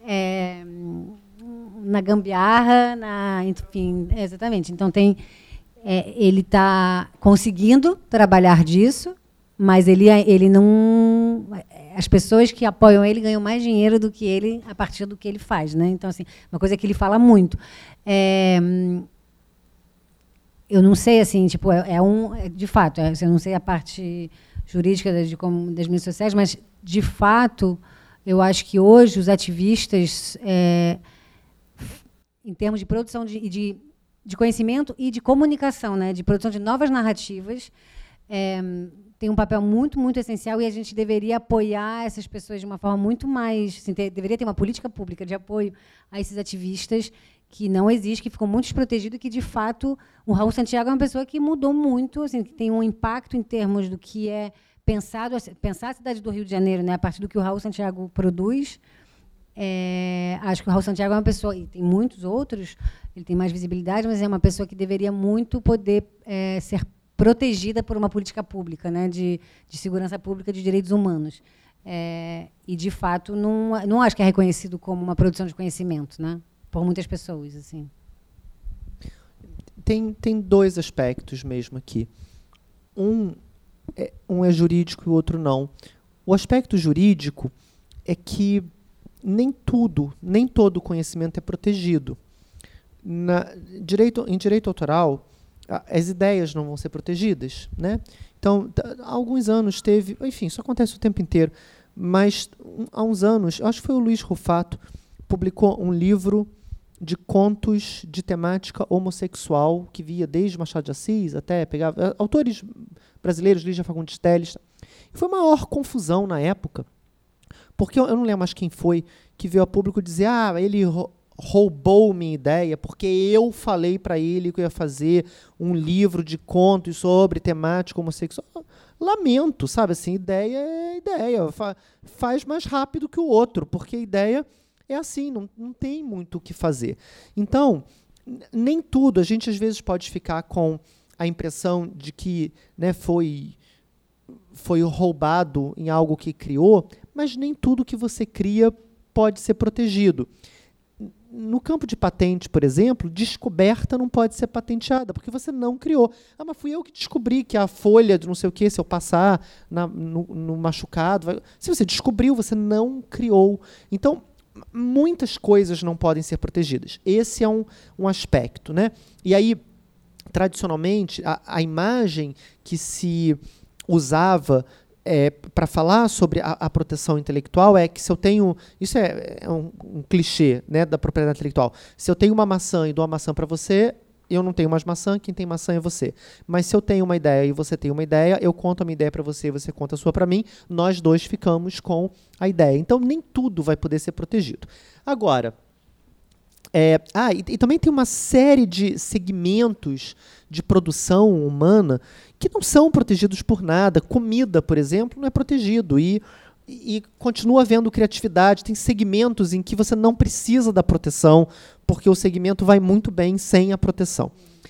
na gambiarra, enfim, exatamente. Então ele está conseguindo trabalhar disso, mas ele não... As pessoas que apoiam ele ganham mais dinheiro do que ele a partir do que ele faz, né? Então, assim, uma coisa que ele fala muito. Eu não sei, assim, tipo, de fato, eu não sei a parte jurídica das mídias sociais, mas, de fato, eu acho que hoje os ativistas, em termos de produção de conhecimento e de comunicação, né, de produção de novas narrativas, tem um papel muito, muito essencial, e a gente deveria apoiar essas pessoas de uma forma muito mais... Assim, deveria ter uma política pública de apoio a esses ativistas que não existe, que ficam muito desprotegidos, e que, de fato, o Raul Santiago é uma pessoa que mudou muito, assim, que tem um impacto em termos do que é pensar a cidade do Rio de Janeiro, né, a partir do que o Raul Santiago produz. Acho que o Raul Santiago é uma pessoa, e tem muitos outros, ele tem mais visibilidade, mas é uma pessoa que deveria muito poder ser protegida por uma política pública, né, de segurança pública de direitos humanos. E, de fato, não acho que é reconhecido como uma produção de conhecimento, né, por muitas pessoas. Assim. Tem dois aspectos mesmo aqui. Um é jurídico e o outro não. O aspecto jurídico é que nem todo conhecimento é protegido. Em direito autoral, as ideias não vão ser protegidas, né? Então, há alguns anos teve... Enfim, isso acontece o tempo inteiro. Mas, há uns anos, acho que foi o Luiz Rufato, publicou um livro de contos de temática homossexual, que via desde Machado de Assis até pegava... Autores brasileiros, Lígia Fagundes Telles. E foi a maior confusão na época, porque eu não lembro mais quem foi que veio a público dizer ele roubou minha ideia, porque eu falei para ele que eu ia fazer um livro de contos sobre temática homossexual. Lamento, sabe? Assim, ideia é ideia. Faz mais rápido que o outro, porque a ideia é assim, não tem muito o que fazer. Então, nem tudo. A gente, às vezes, pode ficar com a impressão de que, né, foi roubado em algo que criou, mas nem tudo que você cria pode ser protegido. No campo de patente, por exemplo, descoberta não pode ser patenteada, porque você não criou. Mas fui eu que descobri que a folha de não sei o quê, se eu passar no machucado... Se você descobriu, você não criou. Então, muitas coisas não podem ser protegidas. Esse é um aspecto, né? E aí, tradicionalmente, a imagem que se usava para falar sobre a proteção intelectual é que se eu tenho... Isso é um clichê, né, da propriedade intelectual. Se eu tenho uma maçã e dou uma maçã para você, eu não tenho mais maçã, quem tem maçã é você. Mas se eu tenho uma ideia e você tem uma ideia, eu conto a minha ideia para você, você conta a sua para mim, nós dois ficamos com a ideia. Então, nem tudo vai poder ser protegido. Agora, E também tem uma série de segmentos de produção humana que não são protegidos por nada. Comida, por exemplo, não é protegido. E continua havendo criatividade. Tem segmentos em que você não precisa da proteção, porque o segmento vai muito bem sem a proteção.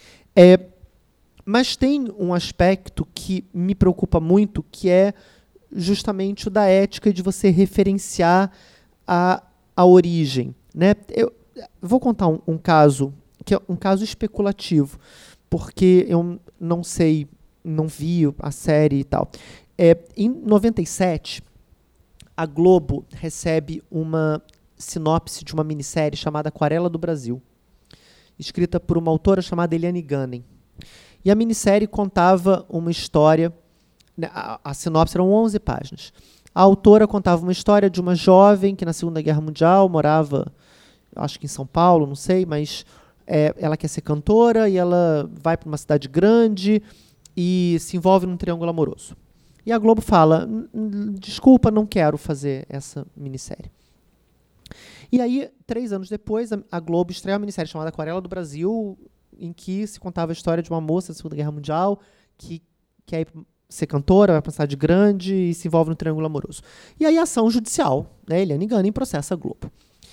Mas tem um aspecto que me preocupa muito, que é justamente o da ética e de você referenciar a origem, né? Eu vou contar um caso, que é um caso especulativo, porque eu não sei, não vi a série e tal. Em 97, a Globo recebe uma sinopse de uma minissérie chamada Aquarela do Brasil, escrita por uma autora chamada Eliane Gunning. E a minissérie contava uma história, a sinopse eram 11 páginas. A autora contava uma história de uma jovem que na Segunda Guerra Mundial morava, acho que em São Paulo, não sei, mas ela quer ser cantora e ela vai para uma cidade grande e se envolve num triângulo amoroso. E a Globo fala, desculpa, não quero fazer essa minissérie. E aí, 3 anos depois, a Globo estreia uma minissérie chamada Aquarela do Brasil, em que se contava a história de uma moça da Segunda Guerra Mundial que quer ser cantora, vai para uma cidade grande e se envolve no triângulo amoroso. E aí, ação judicial, né? Eliane Gunning processa a Globo.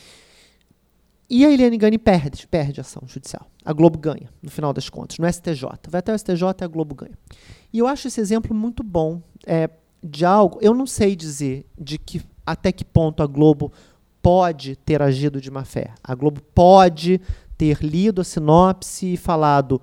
E a Eliane Gunning perde a ação judicial. A Globo ganha, no final das contas, no STJ. Vai até o STJ e a Globo ganha. E eu acho esse exemplo muito bom de algo. Eu não sei dizer até que ponto a Globo pode ter agido de má fé. A Globo pode ter lido a sinopse e falado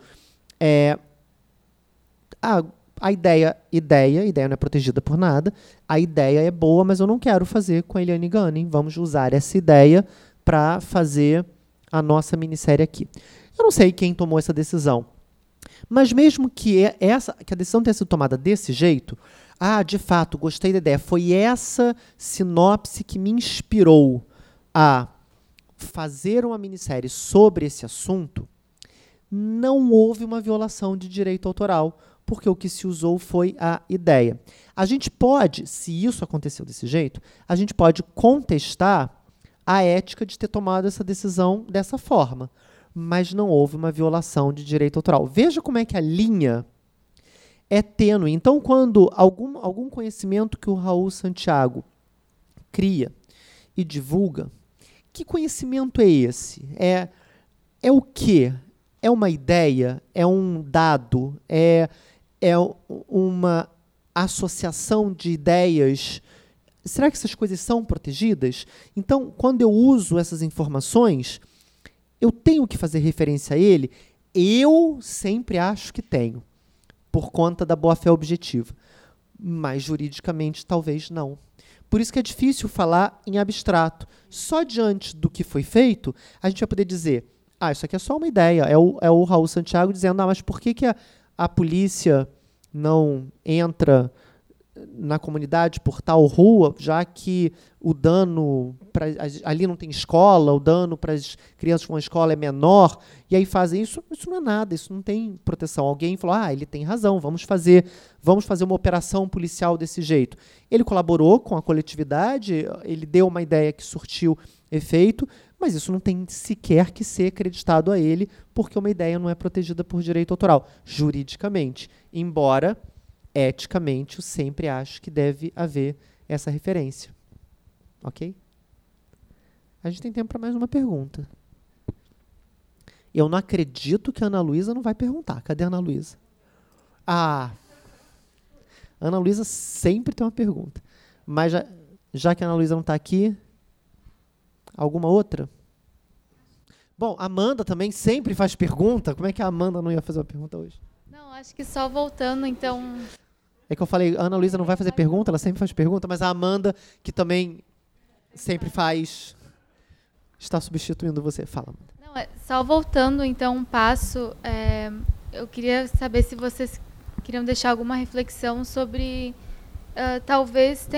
a ideia não é protegida por nada, a ideia é boa, mas eu não quero fazer com a Eliane Gunning, vamos usar essa ideia para fazer a nossa minissérie aqui. Eu não sei quem tomou essa decisão, mas mesmo que a decisão tenha sido tomada desse jeito, de fato, gostei da ideia, foi essa sinopse que me inspirou a fazer uma minissérie sobre esse assunto, não houve uma violação de direito autoral, porque o que se usou foi a ideia. A gente pode, se isso aconteceu desse jeito, a gente pode contestar a ética de ter tomado essa decisão dessa forma, mas não houve uma violação de direito autoral. Veja como é que a linha é tênue. Então, quando algum conhecimento que o Raul Santiago cria e divulga, que conhecimento é esse? É o quê? É uma ideia? É um dado? É uma associação de ideias? Será que essas coisas são protegidas? Então, quando eu uso essas informações, eu tenho que fazer referência a ele? Eu sempre acho que tenho, por conta da boa-fé objetiva. Mas, juridicamente, talvez não. Por isso que é difícil falar em abstrato. Só diante do que foi feito, a gente vai poder dizer, isso aqui é só uma ideia. É o Raul Santiago dizendo, mas por que a polícia não entra na comunidade por tal rua, já que o dano ali não tem escola, o dano para as crianças com a escola é menor, e aí fazem isso. Isso não é nada, isso não tem proteção. Alguém falou, ele tem razão, vamos fazer uma operação policial desse jeito. Ele colaborou com a coletividade, ele deu uma ideia que surtiu efeito, mas isso não tem sequer que ser acreditado a ele, porque uma ideia não é protegida por direito autoral, juridicamente. Embora, eticamente, eu sempre acho que deve haver essa referência. Ok? A gente tem tempo para mais uma pergunta. Eu não acredito que a Ana Luísa não vai perguntar. Cadê a Ana Luísa? Ana Luísa sempre tem uma pergunta. Mas já que a Ana Luísa não está aqui, alguma outra? Bom, a Amanda também sempre faz pergunta. Como é que a Amanda não ia fazer uma pergunta hoje? Não, acho que só voltando, então... É que eu falei, a Ana Luísa não vai fazer pergunta, ela sempre faz pergunta, mas a Amanda, que também sempre faz, está substituindo você. Fala, Amanda. Não, só voltando, então, um passo, eu queria saber se vocês queriam deixar alguma reflexão sobre, talvez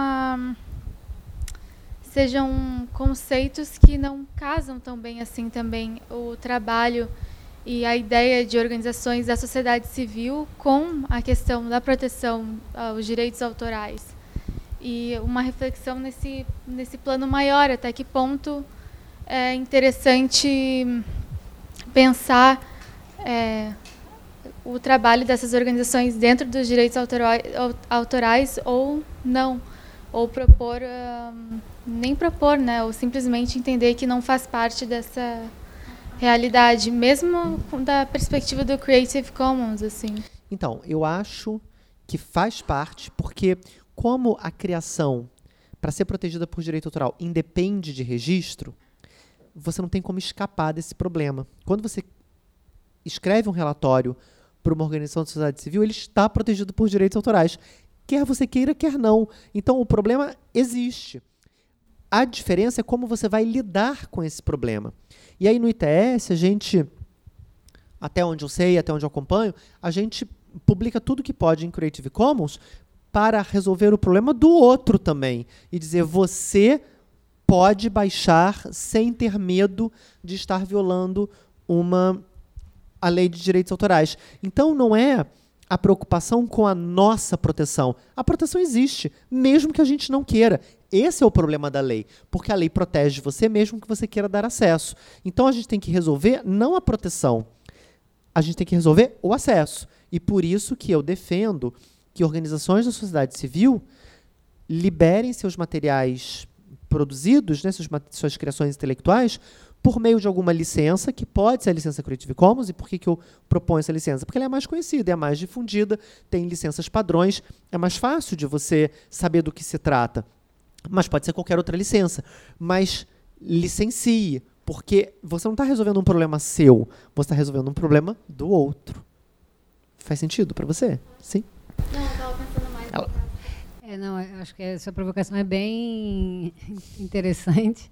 sejam conceitos que não casam tão bem assim também, o trabalho e a ideia de organizações da sociedade civil com a questão da proteção aos direitos autorais. E uma reflexão nesse plano maior, até que ponto é interessante pensar o trabalho dessas organizações dentro dos direitos autorais ou não, ou propor, nem propor, né, ou simplesmente entender que não faz parte dessa realidade, mesmo da perspectiva do Creative Commons, assim. Então, eu acho que faz parte, porque como a criação, para ser protegida por direito autoral, independe de registro, você não tem como escapar desse problema. Quando você escreve um relatório para uma organização da sociedade civil, ele está protegido por direitos autorais. Quer você queira, quer não. Então, o problema existe. A diferença é como você vai lidar com esse problema. E aí, no ITS, a gente, até onde eu sei, até onde eu acompanho, a gente publica tudo que pode em Creative Commons para resolver o problema do outro também. E dizer, você pode baixar sem ter medo de estar violando a lei de direitos autorais. Então, não é a preocupação com a nossa proteção. A proteção existe, mesmo que a gente não queira. Esse é o problema da lei, porque a lei protege você mesmo que você queira dar acesso. Então, a gente tem que resolver não a proteção, a gente tem que resolver o acesso. E por isso que eu defendo que organizações da sociedade civil liberem seus materiais produzidos, né, suas criações intelectuais, por meio de alguma licença, que pode ser a licença Creative Commons. E por que eu proponho essa licença? Porque ela é mais conhecida, é mais difundida, tem licenças padrões, é mais fácil de você saber do que se trata. Mas pode ser qualquer outra licença. Mas licencie, porque você não está resolvendo um problema seu, você está resolvendo um problema do outro. Faz sentido para você? Sim? Não, eu estava pensando mais... Não, eu acho que essa provocação é bem interessante.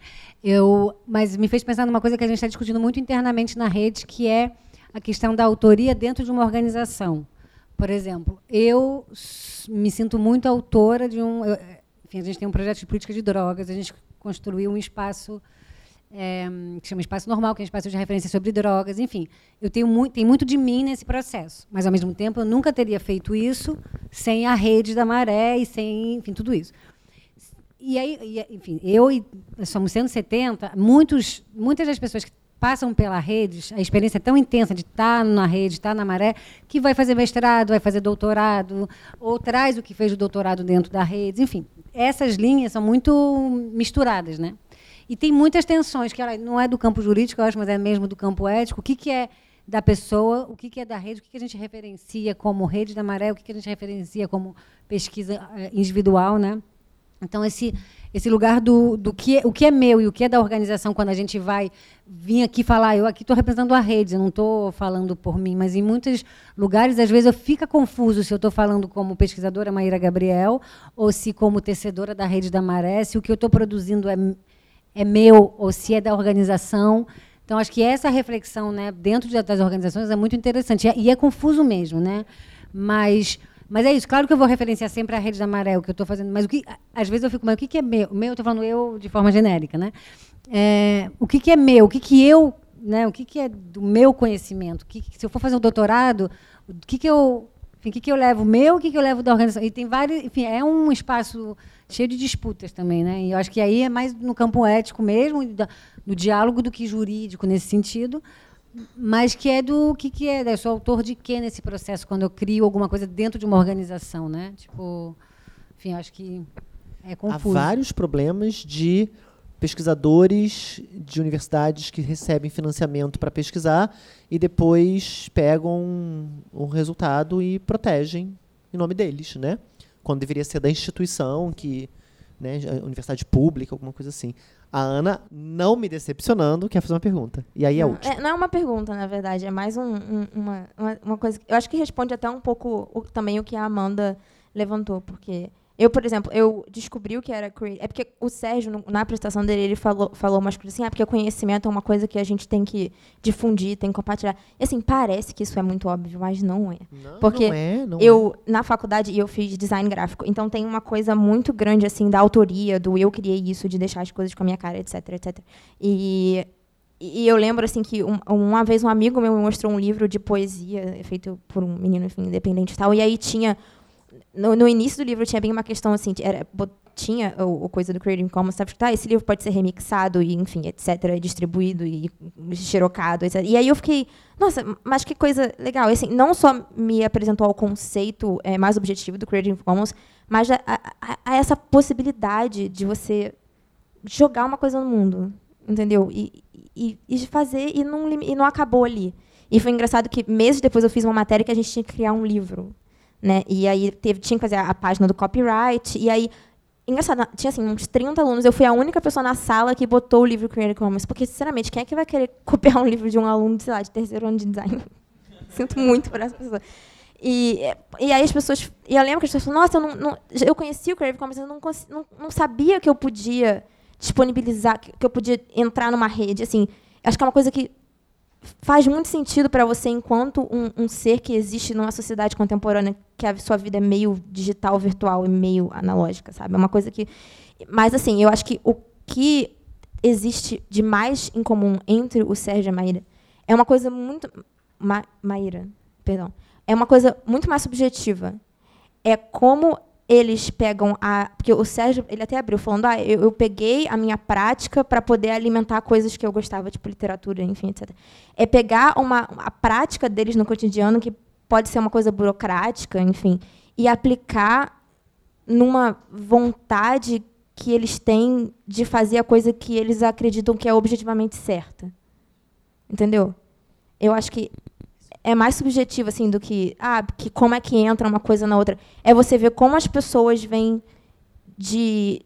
Mas me fez pensar numa coisa que a gente está discutindo muito internamente na rede, que é a questão da autoria dentro de uma organização. Por exemplo, eu me sinto muito autora de enfim, a gente tem um projeto de política de drogas, a gente construiu um espaço que chama Espaço Normal, que é um espaço de referência sobre drogas, enfim. Tem muito de mim nesse processo, mas, ao mesmo tempo, eu nunca teria feito isso sem a rede da Maré e sem, enfim, tudo isso. E aí, enfim, somos 170, muitas das pessoas que passam pela rede, a experiência é tão intensa de estar na rede, estar na Maré, que vai fazer mestrado, vai fazer doutorado, ou traz o que fez o doutorado dentro da rede, enfim. Essas linhas são muito misturadas, né? E tem muitas tensões, que não é do campo jurídico, eu acho, mas é mesmo do campo ético. O que é da pessoa, o que é da rede, o que a gente referencia como rede da Maré, o que a gente referencia como pesquisa individual, né? Então, esse lugar do o que é meu e o que é da organização, quando a gente vai vir aqui falar, eu aqui estou representando a rede, eu não estou falando por mim, mas em muitos lugares, às vezes, eu fico confuso se eu estou falando como pesquisadora Maíra Gabriel ou se como tecedora da rede da Maré, se o que eu estou produzindo é meu ou se é da organização. Então, acho que essa reflexão, né, dentro das organizações é muito interessante. E é confuso mesmo, né? Mas é isso. Claro que eu vou referenciar sempre a rede da Maré, o que eu estou fazendo. Mas às vezes eu fico, mas o que é meu? O meu, eu estou falando eu de forma genérica, né? O que é meu? O que eu, né? O que é do meu conhecimento? Se eu for fazer um doutorado, o que eu levo meu, o que eu levo da organização? E tem vários, enfim, é um espaço cheio de disputas também, né? E eu acho que aí é mais no campo ético mesmo, no diálogo, do que jurídico nesse sentido, mas que é do que é. Eu sou autor de quê nesse processo quando eu crio alguma coisa dentro de uma organização, né? Tipo, enfim, acho que é confuso. Há vários problemas de pesquisadores de universidades que recebem financiamento para pesquisar e depois pegam o resultado e protegem em nome deles, né? Quando deveria ser da instituição, né, universidade pública, alguma coisa assim. A Ana, não me decepcionando, quer fazer uma pergunta. E aí não é uma pergunta, na verdade, é mais uma coisa. Eu acho que responde até um pouco também o que a Amanda levantou, porque eu, por exemplo, eu descobri o que era creative. É porque o Sérgio, na apresentação dele, ele falou umas coisas assim, porque o conhecimento é uma coisa que a gente tem que difundir, tem que compartilhar. E assim, parece que isso é muito óbvio, mas não é. Porque na faculdade, eu fiz design gráfico, então tem uma coisa muito grande assim da autoria, do eu criei isso, de deixar as coisas com a minha cara, etc, etc. E eu lembro assim que uma vez um amigo meu me mostrou um livro de poesia feito por um menino, enfim, independente e tal, e aí tinha no início do livro tinha bem uma questão assim, tinha o coisa do Creative Commons, sabe? Esse livro pode ser remixado e, enfim, etc., distribuído e xerocado, etc. E aí eu fiquei, nossa, mas que coisa legal. E, assim, não só me apresentou ao conceito mais objetivo do Creative Commons, mas a essa possibilidade de você jogar uma coisa no mundo, entendeu? E fazer, e não acabou ali. E foi engraçado que, meses depois, eu fiz uma matéria que a gente tinha que criar um livro, né? E aí tinha que fazer a página do copyright, e aí, engraçado, tinha assim, uns 30 alunos, eu fui a única pessoa na sala que botou o livro Creative Commons, porque, sinceramente, quem é que vai querer copiar um livro de um aluno, sei lá, de terceiro ano de design? Sinto muito por essa pessoa. E aí as pessoas... E eu lembro que as pessoas falaram, nossa, eu conheci o Creative Commons, eu não sabia que eu podia disponibilizar, que eu podia entrar numa rede. Assim, acho que é uma coisa que faz muito sentido para você, enquanto um ser que existe numa sociedade contemporânea, que a sua vida é meio digital, virtual e meio analógica, sabe? É uma coisa que... Mas, assim, eu acho que o que existe de mais em comum entre o Sérgio e a Maíra é uma coisa muito... Maíra, perdão. É uma coisa muito mais subjetiva. É como eles pegam porque o Sérgio, ele até abriu falando, eu peguei a minha prática para poder alimentar coisas que eu gostava, tipo literatura, enfim, etc. É pegar a prática deles no cotidiano, que pode ser uma coisa burocrática, enfim, e aplicar numa vontade que eles têm de fazer a coisa que eles acreditam que é objetivamente certa. Entendeu? Eu acho que é mais subjetivo, assim, do que como é que entra uma coisa na outra. É você ver como as pessoas vêm de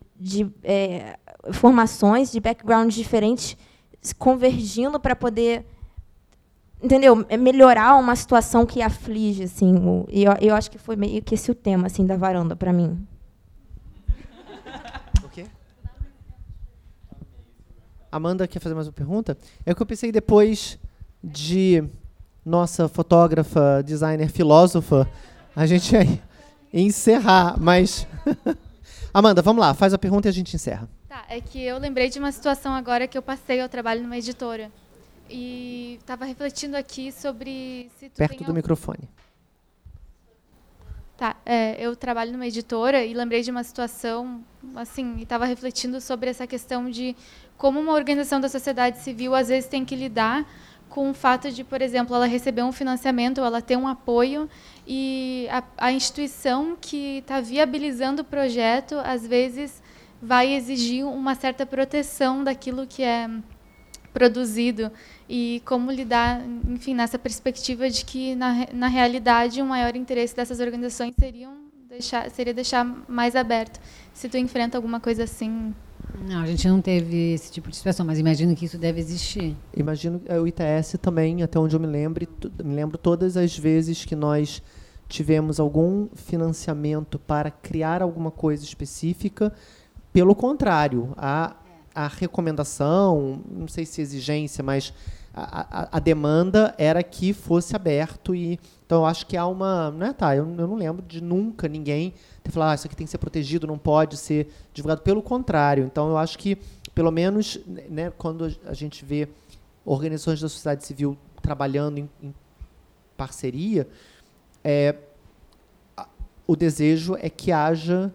formações, de backgrounds diferentes, convergindo para poder, entendeu? Melhorar uma situação que aflige, assim. Eu acho que foi meio que esse o tema, assim, da varanda, para mim. O quê? Amanda quer fazer mais uma pergunta? É o que eu pensei depois de... nossa fotógrafa, designer, filósofa, a gente ia encerrar, mas... Amanda, vamos lá, faz a pergunta e a gente encerra. Tá, é que eu lembrei de uma situação agora que eu passei, eu trabalho numa editora, e estava refletindo aqui sobre... Perto do microfone. Tá, eu trabalho numa editora e lembrei de uma situação, assim, e estava refletindo sobre essa questão de como uma organização da sociedade civil, às vezes, tem que lidar com o fato de, por exemplo, ela receber um financiamento, ou ela ter um apoio, e a instituição que está viabilizando o projeto, às vezes, vai exigir uma certa proteção daquilo que é produzido, e como lidar, enfim, nessa perspectiva de que, na realidade, o maior interesse dessas organizações seria deixar mais aberto. Se tu enfrenta alguma coisa assim... Não, a gente não teve esse tipo de situação, mas imagino que isso deve existir. Imagino o ITS também, até onde eu me lembro todas as vezes que nós tivemos algum financiamento para criar alguma coisa específica. Pelo contrário, a recomendação, não sei se exigência, mas a demanda era que fosse aberto. Então, eu acho que há uma... eu não lembro de nunca ninguém ter falado isso aqui tem que ser protegido, não pode ser divulgado. Pelo contrário. Então, eu acho que, pelo menos, né, quando a gente vê organizações da sociedade civil trabalhando em parceria, o desejo é que haja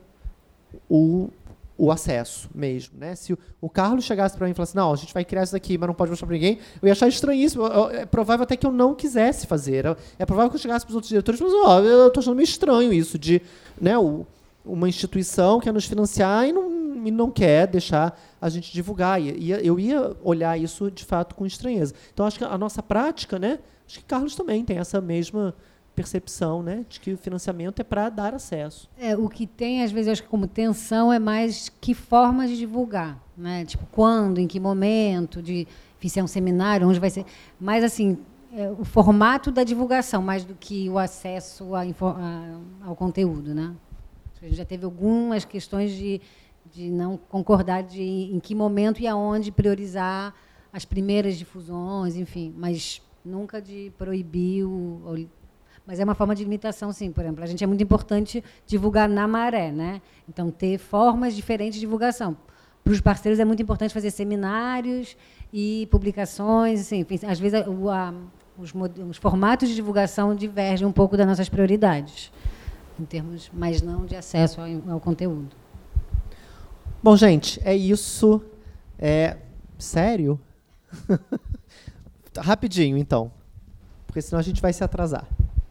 o acesso mesmo, né? Se o Carlos chegasse para mim e falasse, não, a gente vai criar isso daqui, mas não pode mostrar para ninguém, eu ia achar estranhíssimo. É provável até que eu não quisesse fazer. É provável que eu chegasse para os outros diretores e falasse, eu estou achando meio estranho isso de, né, uma instituição quer nos financiar e não quer deixar a gente divulgar. Eu ia olhar isso, de fato, com estranheza. Então, acho que a nossa prática, né? Acho que Carlos também tem essa mesma percepção, né, de que o financiamento é para dar acesso. O que tem, às vezes, eu acho que como tensão é mais que forma de divulgar, né? Tipo, quando, em que momento, se é um seminário, onde vai ser. Mas, assim, o formato da divulgação, mais do que o acesso ao conteúdo, né? A gente já teve algumas questões de não concordar em que momento e aonde priorizar as primeiras difusões, enfim, mas nunca de proibir mas é uma forma de limitação, sim. Por exemplo, a gente é muito importante divulgar na maré, né? Então, ter formas diferentes de divulgação. Para os parceiros é muito importante fazer seminários e publicações, assim, enfim, às vezes os formatos de divulgação divergem um pouco das nossas prioridades. em termos, mas não de acesso ao conteúdo. Bom, gente, é isso. Sério? Rapidinho, então. Porque senão a gente vai se atrasar.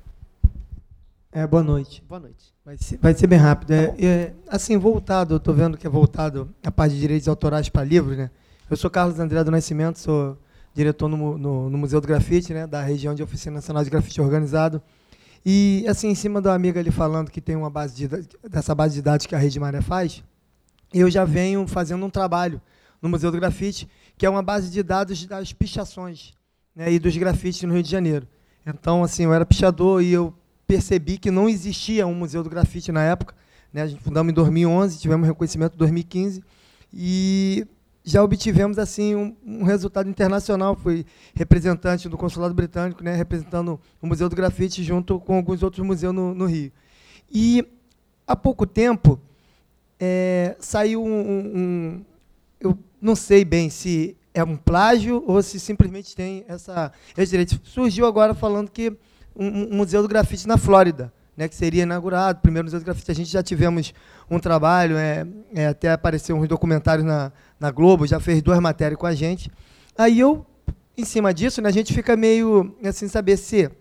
Boa noite. Boa noite. Vai ser bem rápido. Assim, voltado, eu estou vendo que é voltado a parte de direitos autorais para livros, né? Eu sou Carlos André do Nascimento, sou diretor no Museu do Grafite, né, da região de Oficina Nacional de Grafite Organizado. E, assim, em cima da amiga ali falando que tem uma dessa base de dados que a Rede Maré faz, eu já venho fazendo um trabalho no Museu do Grafite, que é uma base de dados das pichações, né, e dos grafites no Rio de Janeiro. Então, assim, eu era pichador e eu percebi que não existia um Museu do Grafite na época, né? A gente fundamos em 2011, tivemos reconhecimento em 2015, e já obtivemos assim um resultado internacional. Fui representante do Consulado Britânico, né, representando o Museu do Grafite junto com alguns outros museus no Rio. E, há pouco tempo, saiu eu não sei bem se é um plágio ou se simplesmente tem esse direito. Surgiu agora falando que um Museu do Grafite na Flórida, né, que seria inaugurado, o primeiro Museu do Grafite. A gente já tivemos um trabalho, até apareceu uns documentários na Globo, já fez 2 matérias com a gente. Aí em cima disso, né, a gente fica meio assim, saber se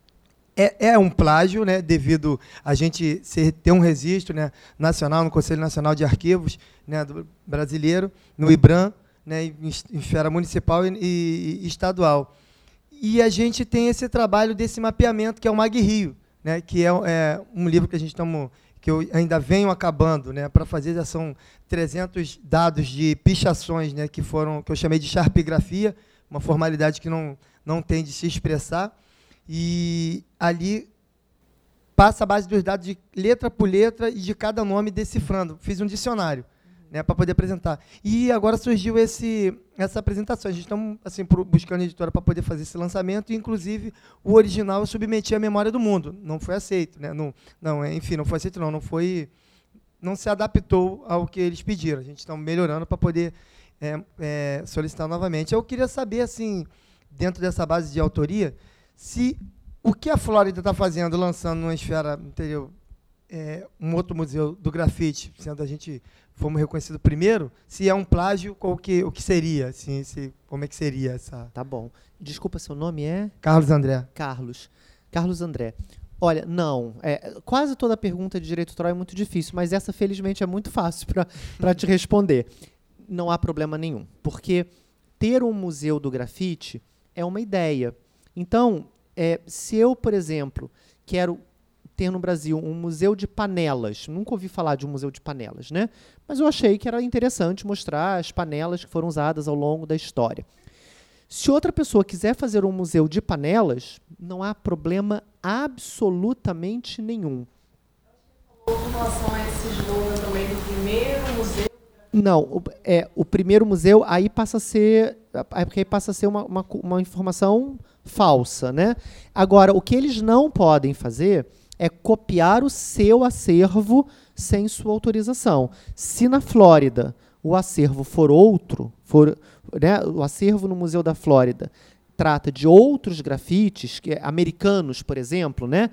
é um plágio, né, devido a gente ter um registro, né, nacional, no Conselho Nacional de Arquivos, né, brasileiro, no IBRAM, né, em esfera municipal e estadual. E a gente tem esse trabalho desse mapeamento, que é o MAG Rio, né, que é um livro que que eu ainda venho acabando, né, para fazer. Já são 300 dados de pichações, né, que eu chamei de charpigrafia, uma formalidade que não tem de se expressar. E ali passa a base dos dados de letra por letra e de cada nome decifrando. Fiz um dicionário, né, para poder apresentar. E agora surgiu essa apresentação. A gente está assim, buscando editora para poder fazer esse lançamento, e, inclusive, o original eu submeti à Memória do Mundo. Não foi aceito, né? Enfim, não foi aceito, não se adaptou ao que eles pediram. A gente está melhorando para poder solicitar novamente. Eu queria saber, assim, dentro dessa base de autoria, se o que a Flórida está fazendo, lançando numa esfera anterior, um outro museu do grafite, sendo a gente fomos reconhecidos primeiro, se é um plágio, o que seria? Assim, como é que seria essa... Tá bom. Desculpa, seu nome é? Carlos André. Carlos André. Olha, não. Quase toda pergunta de direito autoral é muito difícil, mas essa, felizmente, é muito fácil para te responder. Não há problema nenhum, porque ter um museu do grafite é uma ideia. Então, se eu, por exemplo, quero ter no Brasil um museu de panelas, nunca ouvi falar de um museu de panelas, né? Mas eu achei que era interessante mostrar as panelas que foram usadas ao longo da história. Se outra pessoa quiser fazer um museu de panelas, não há problema absolutamente nenhum. Com relação a esse slogan também do primeiro museu? Não, o primeiro museu aí passa a ser uma informação falsa, né? Agora, o que eles não podem fazer é copiar o seu acervo sem sua autorização. Se na Flórida o acervo for outro, né, o acervo no Museu da Flórida trata de outros grafites, americanos, por exemplo, né,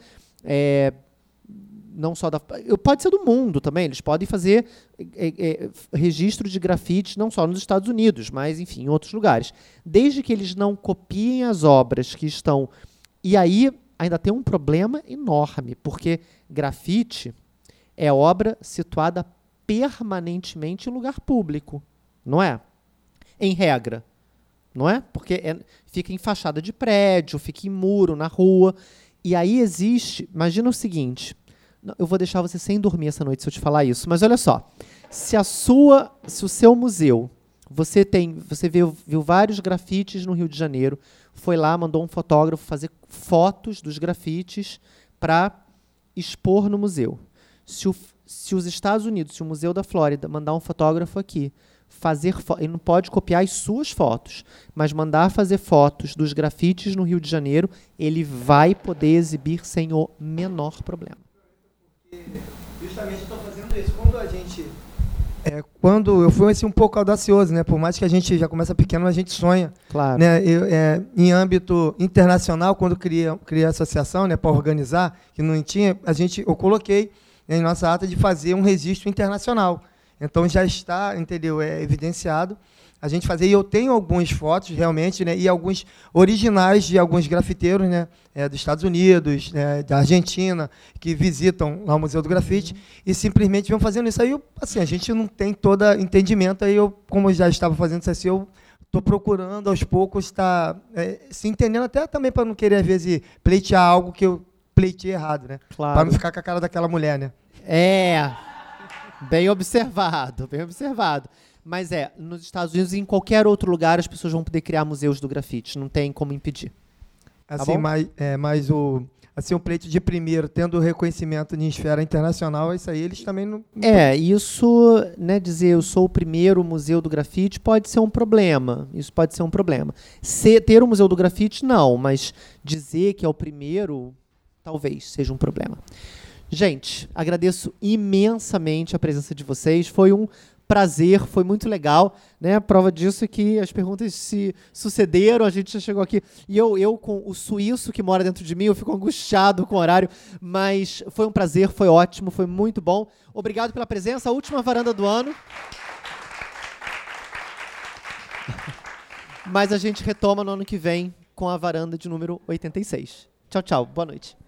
não só pode ser do mundo também, eles podem fazer registro de grafites não só nos Estados Unidos, mas, enfim, em outros lugares. Desde que eles não copiem as obras que estão... E aí ainda tem um problema enorme, porque grafite é obra situada permanentemente em lugar público, não é? Em regra, não é? Porque fica em fachada de prédio, fica em muro, na rua. E aí existe... Imagina o seguinte... Eu vou deixar você sem dormir essa noite se eu te falar isso, mas olha só. Se o seu museu... Você viu vários grafites no Rio de Janeiro, foi lá, mandou um fotógrafo fazer fotos dos grafites para expor no museu. Se os Estados Unidos, se o Museu da Flórida mandar um fotógrafo aqui, ele não pode copiar as suas fotos, mas mandar fazer fotos dos grafites no Rio de Janeiro, ele vai poder exibir sem o menor problema. Justamente estou fazendo isso. Quando a gente Quando eu fui assim, um pouco audacioso, né? Por mais que a gente já começa pequeno, a gente sonha. Claro. Né? Em âmbito internacional, quando criei a associação, né, para organizar, que não tinha, eu coloquei em nossa ata de fazer um registro internacional. Então já está, entendeu? Evidenciado. A gente fazia, e eu tenho algumas fotos realmente, né, e alguns originais de alguns grafiteiros, né, dos Estados Unidos, né, da Argentina, que visitam lá o Museu do Grafite e simplesmente vão fazendo isso. Aí, assim, a gente não tem todo entendimento, aí como eu já estava fazendo isso assim, eu estou procurando aos poucos estar se entendendo, até também para não querer, às vezes, pleitear algo que eu pleitei errado, né? Claro. Para não ficar com a cara daquela mulher, né? Bem observado, bem observado. Mas nos Estados Unidos e em qualquer outro lugar as pessoas vão poder criar museus do grafite, não tem como impedir. Assim, mas o pleito de primeiro, tendo o reconhecimento em esfera internacional, isso aí eles também não... Isso, né, dizer eu sou o primeiro museu do grafite pode ser um problema. Isso pode ser um problema. Ter o museu do grafite, não, mas dizer que é o primeiro, talvez seja um problema. Gente, agradeço imensamente a presença de vocês. Foi um prazer, foi muito legal, né? A prova disso é que as perguntas se sucederam, a gente já chegou aqui. E eu com o suíço que mora dentro de mim, eu fico angustiado com o horário, mas foi um prazer, foi ótimo, foi muito bom. Obrigado pela presença, a última varanda do ano. Mas a gente retoma no ano que vem com a varanda de número 86. Tchau, tchau. Boa noite.